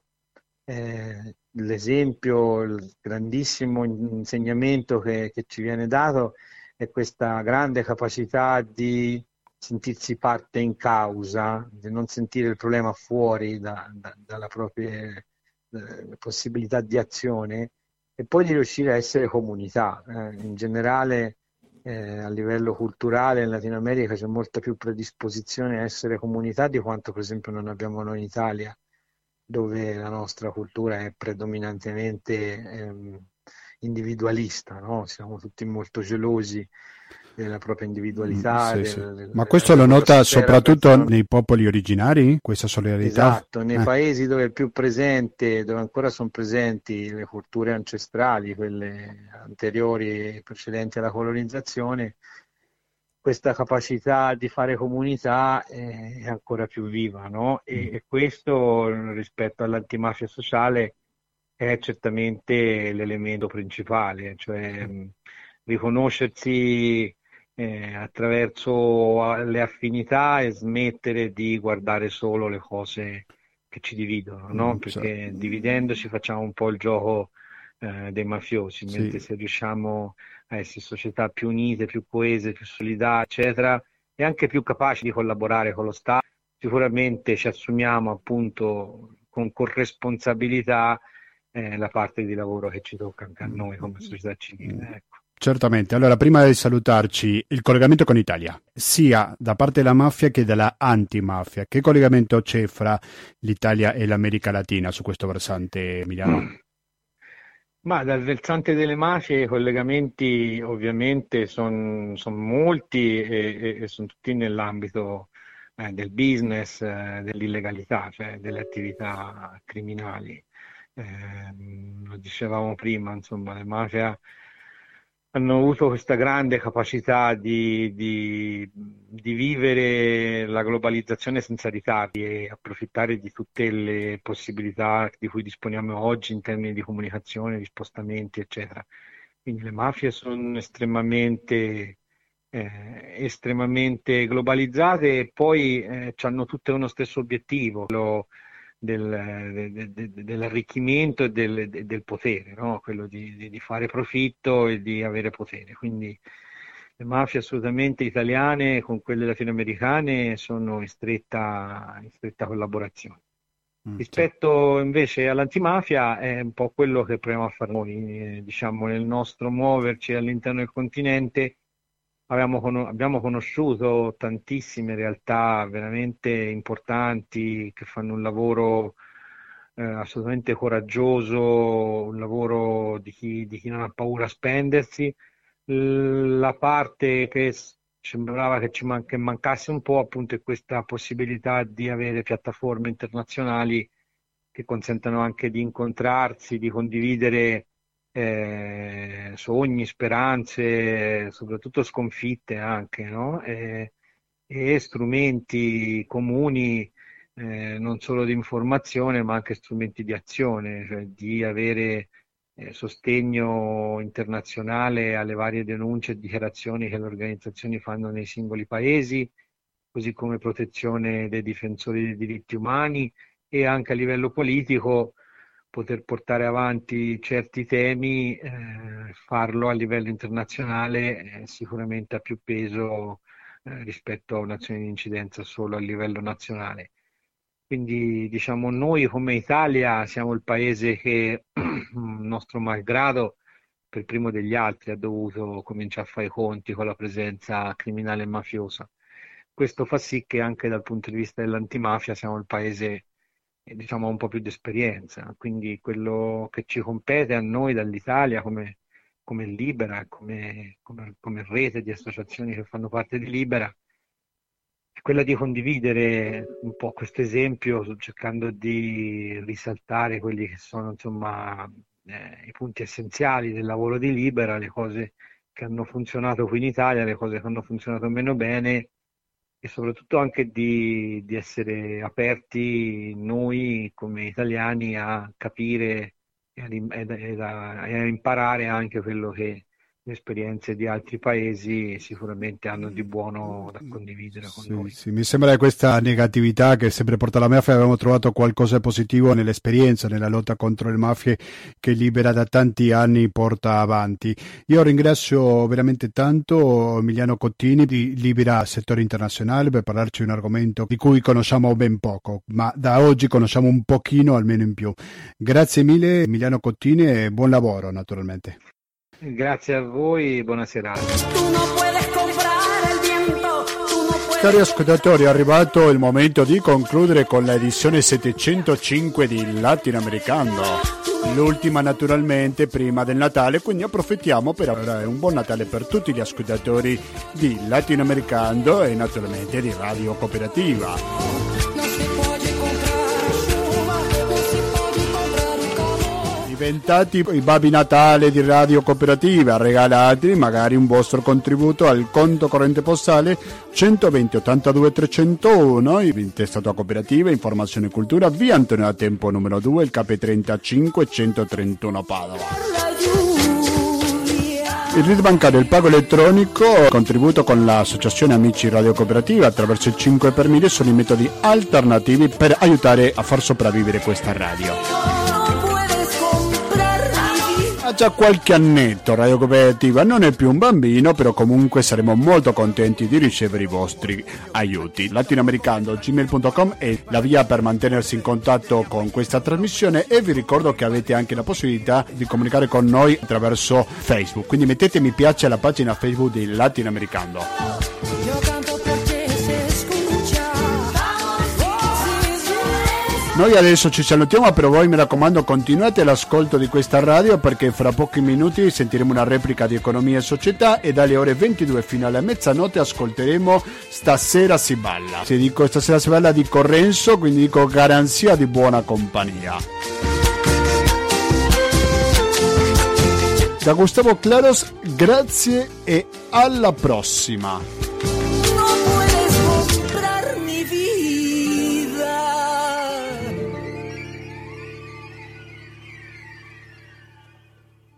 eh, l'esempio, il grandissimo insegnamento che, che ci viene dato è questa grande capacità di sentirsi parte in causa, di non sentire il problema fuori da, da, dalla propria eh, possibilità di azione e poi di riuscire a essere comunità. Eh, in generale eh, a livello culturale in Latino America c'è molta più predisposizione a essere comunità di quanto per esempio non abbiamo noi in Italia, dove la nostra cultura è predominantemente ehm, individualista, no? Siamo tutti molto gelosi della propria individualità. Sì, del, sì. del, Ma questo della lo nota sfera soprattutto personale. nei popoli originari, questa solidarietà? Esatto, nei Eh. paesi dove è più presente, dove ancora sono presenti le culture ancestrali, quelle anteriori e precedenti alla colonizzazione, questa capacità di fare comunità è ancora più viva, no? E, e questo rispetto all'antimafia sociale è certamente l'elemento principale, cioè mh, riconoscersi eh, attraverso le affinità e smettere di guardare solo le cose che ci dividono, no? Mm, cioè, Perché dividendoci facciamo un po' il gioco eh, dei mafiosi, mentre sì. se riusciamo a essere società più unite, più coese, più solidali, eccetera, e anche più capaci di collaborare con lo Stato, sicuramente ci assumiamo appunto con corresponsabilità eh, la parte di lavoro che ci tocca anche a noi come società civile. Ecco. Certamente, allora prima di salutarci, il collegamento con l'Italia, sia da parte della mafia che della antimafia, che collegamento c'è fra l'Italia e l'America Latina su questo versante, Emiliano? Ma dal versante delle mafie i collegamenti ovviamente sono son molti e, e, e sono tutti nell'ambito eh, del business, eh, dell'illegalità, cioè delle attività criminali. Eh, lo dicevamo prima, insomma, le mafie hanno avuto questa grande capacità di, di, di vivere la globalizzazione senza ritardi e approfittare di tutte le possibilità di cui disponiamo oggi in termini di comunicazione, di spostamenti, eccetera. Quindi le mafie sono estremamente, eh, estremamente globalizzate e poi eh, hanno tutte uno stesso obiettivo, quello del, de, de, de, dell'arricchimento e del, de, del potere, no? Quello di, di fare profitto e di avere potere. Quindi le mafie assolutamente italiane con quelle latinoamericane sono in stretta, in stretta collaborazione. Mm, Rispetto invece all'antimafia è un po' quello che proviamo a fare noi, eh, diciamo, nel nostro muoverci all'interno del continente. Abbiamo, con- abbiamo conosciuto tantissime realtà veramente importanti che fanno un lavoro eh, assolutamente coraggioso, un lavoro di chi, di chi non ha paura a spendersi. L- La parte che s- sembrava che ci man- che mancasse un po' appunto è questa possibilità di avere piattaforme internazionali che consentano anche di incontrarsi, di condividere eh, sogni, speranze, soprattutto sconfitte anche, no? E, e strumenti comuni, eh, non solo di informazione, ma anche strumenti di azione, cioè di avere eh, sostegno internazionale alle varie denunce e dichiarazioni che le organizzazioni fanno nei singoli paesi, così come protezione dei difensori dei diritti umani, e anche a livello politico poter portare avanti certi temi, eh, farlo a livello internazionale eh, sicuramente ha più peso eh, rispetto a un'azione di incidenza solo a livello nazionale. Quindi diciamo noi come Italia siamo il paese che, nostro malgrado, per primo degli altri ha dovuto cominciare a fare i conti con la presenza criminale e mafiosa. Questo fa sì che anche dal punto di vista dell'antimafia siamo il paese diciamo un po' più di esperienza, quindi quello che ci compete a noi dall'Italia come, come Libera, come, come, come rete di associazioni che fanno parte di Libera, è quella di condividere un po' questo esempio, cercando di risaltare quelli che sono insomma eh, i punti essenziali del lavoro di Libera, le cose che hanno funzionato qui in Italia, le cose che hanno funzionato meno bene, e soprattutto anche di, di essere aperti noi come italiani a capire e a, e a, e a imparare anche quello che le esperienze di altri paesi sicuramente hanno di buono da condividere con sì, noi. Sì, mi sembra che questa negatività che sempre porta la mafia, abbiamo trovato qualcosa di positivo nell'esperienza, nella lotta contro le mafie che Libera da tanti anni porta avanti. Io ringrazio veramente tanto Emiliano Cottini di Libera Settore Internazionale per parlarci di un argomento di cui conosciamo ben poco, ma da oggi conosciamo un pochino almeno in più. Grazie mille Emiliano Cottini e buon lavoro naturalmente. Grazie a voi, buona serata. Cari ascoltatori, è arrivato il momento di concludere con l'edizione settecentocinque di Latinoamericano, l'ultima naturalmente prima del Natale, quindi approfittiamo per augurare un buon Natale per tutti gli ascoltatori di Latinoamericano e naturalmente di Radio Cooperativa. Diventati i Babbi Natale di Radio Cooperativa, regalati magari un vostro contributo al conto corrente postale centoventi ottantadue trecentouno, in testa cooperativa, informazione e cultura, via Antonio da Tempo numero due, il K trentacinque centotrentuno Padova. Il R I D bancario, il pago elettronico, contributo con l'associazione Amici Radio Cooperativa attraverso il cinque per mille sono i metodi alternativi per aiutare a far sopravvivere questa radio. Ha già qualche annetto Radio Cooperativa, non è più un bambino, però comunque saremo molto contenti di ricevere i vostri aiuti. Latinoamericano gmail punto com è la via per mantenersi in contatto con questa trasmissione, e vi ricordo che avete anche la possibilità di comunicare con noi attraverso Facebook, quindi mettete mi piace alla pagina Facebook di Latinoamericano. Noi adesso ci salutiamo, però voi mi raccomando continuate l'ascolto di questa radio, perché fra pochi minuti sentiremo una replica di Economia e Società e dalle ore ventidue fino alla mezzanotte ascolteremo Stasera si balla. Se dico Stasera si balla dico Renzo, quindi dico garanzia di buona compagnia. Da Gustavo Claros, grazie e alla prossima.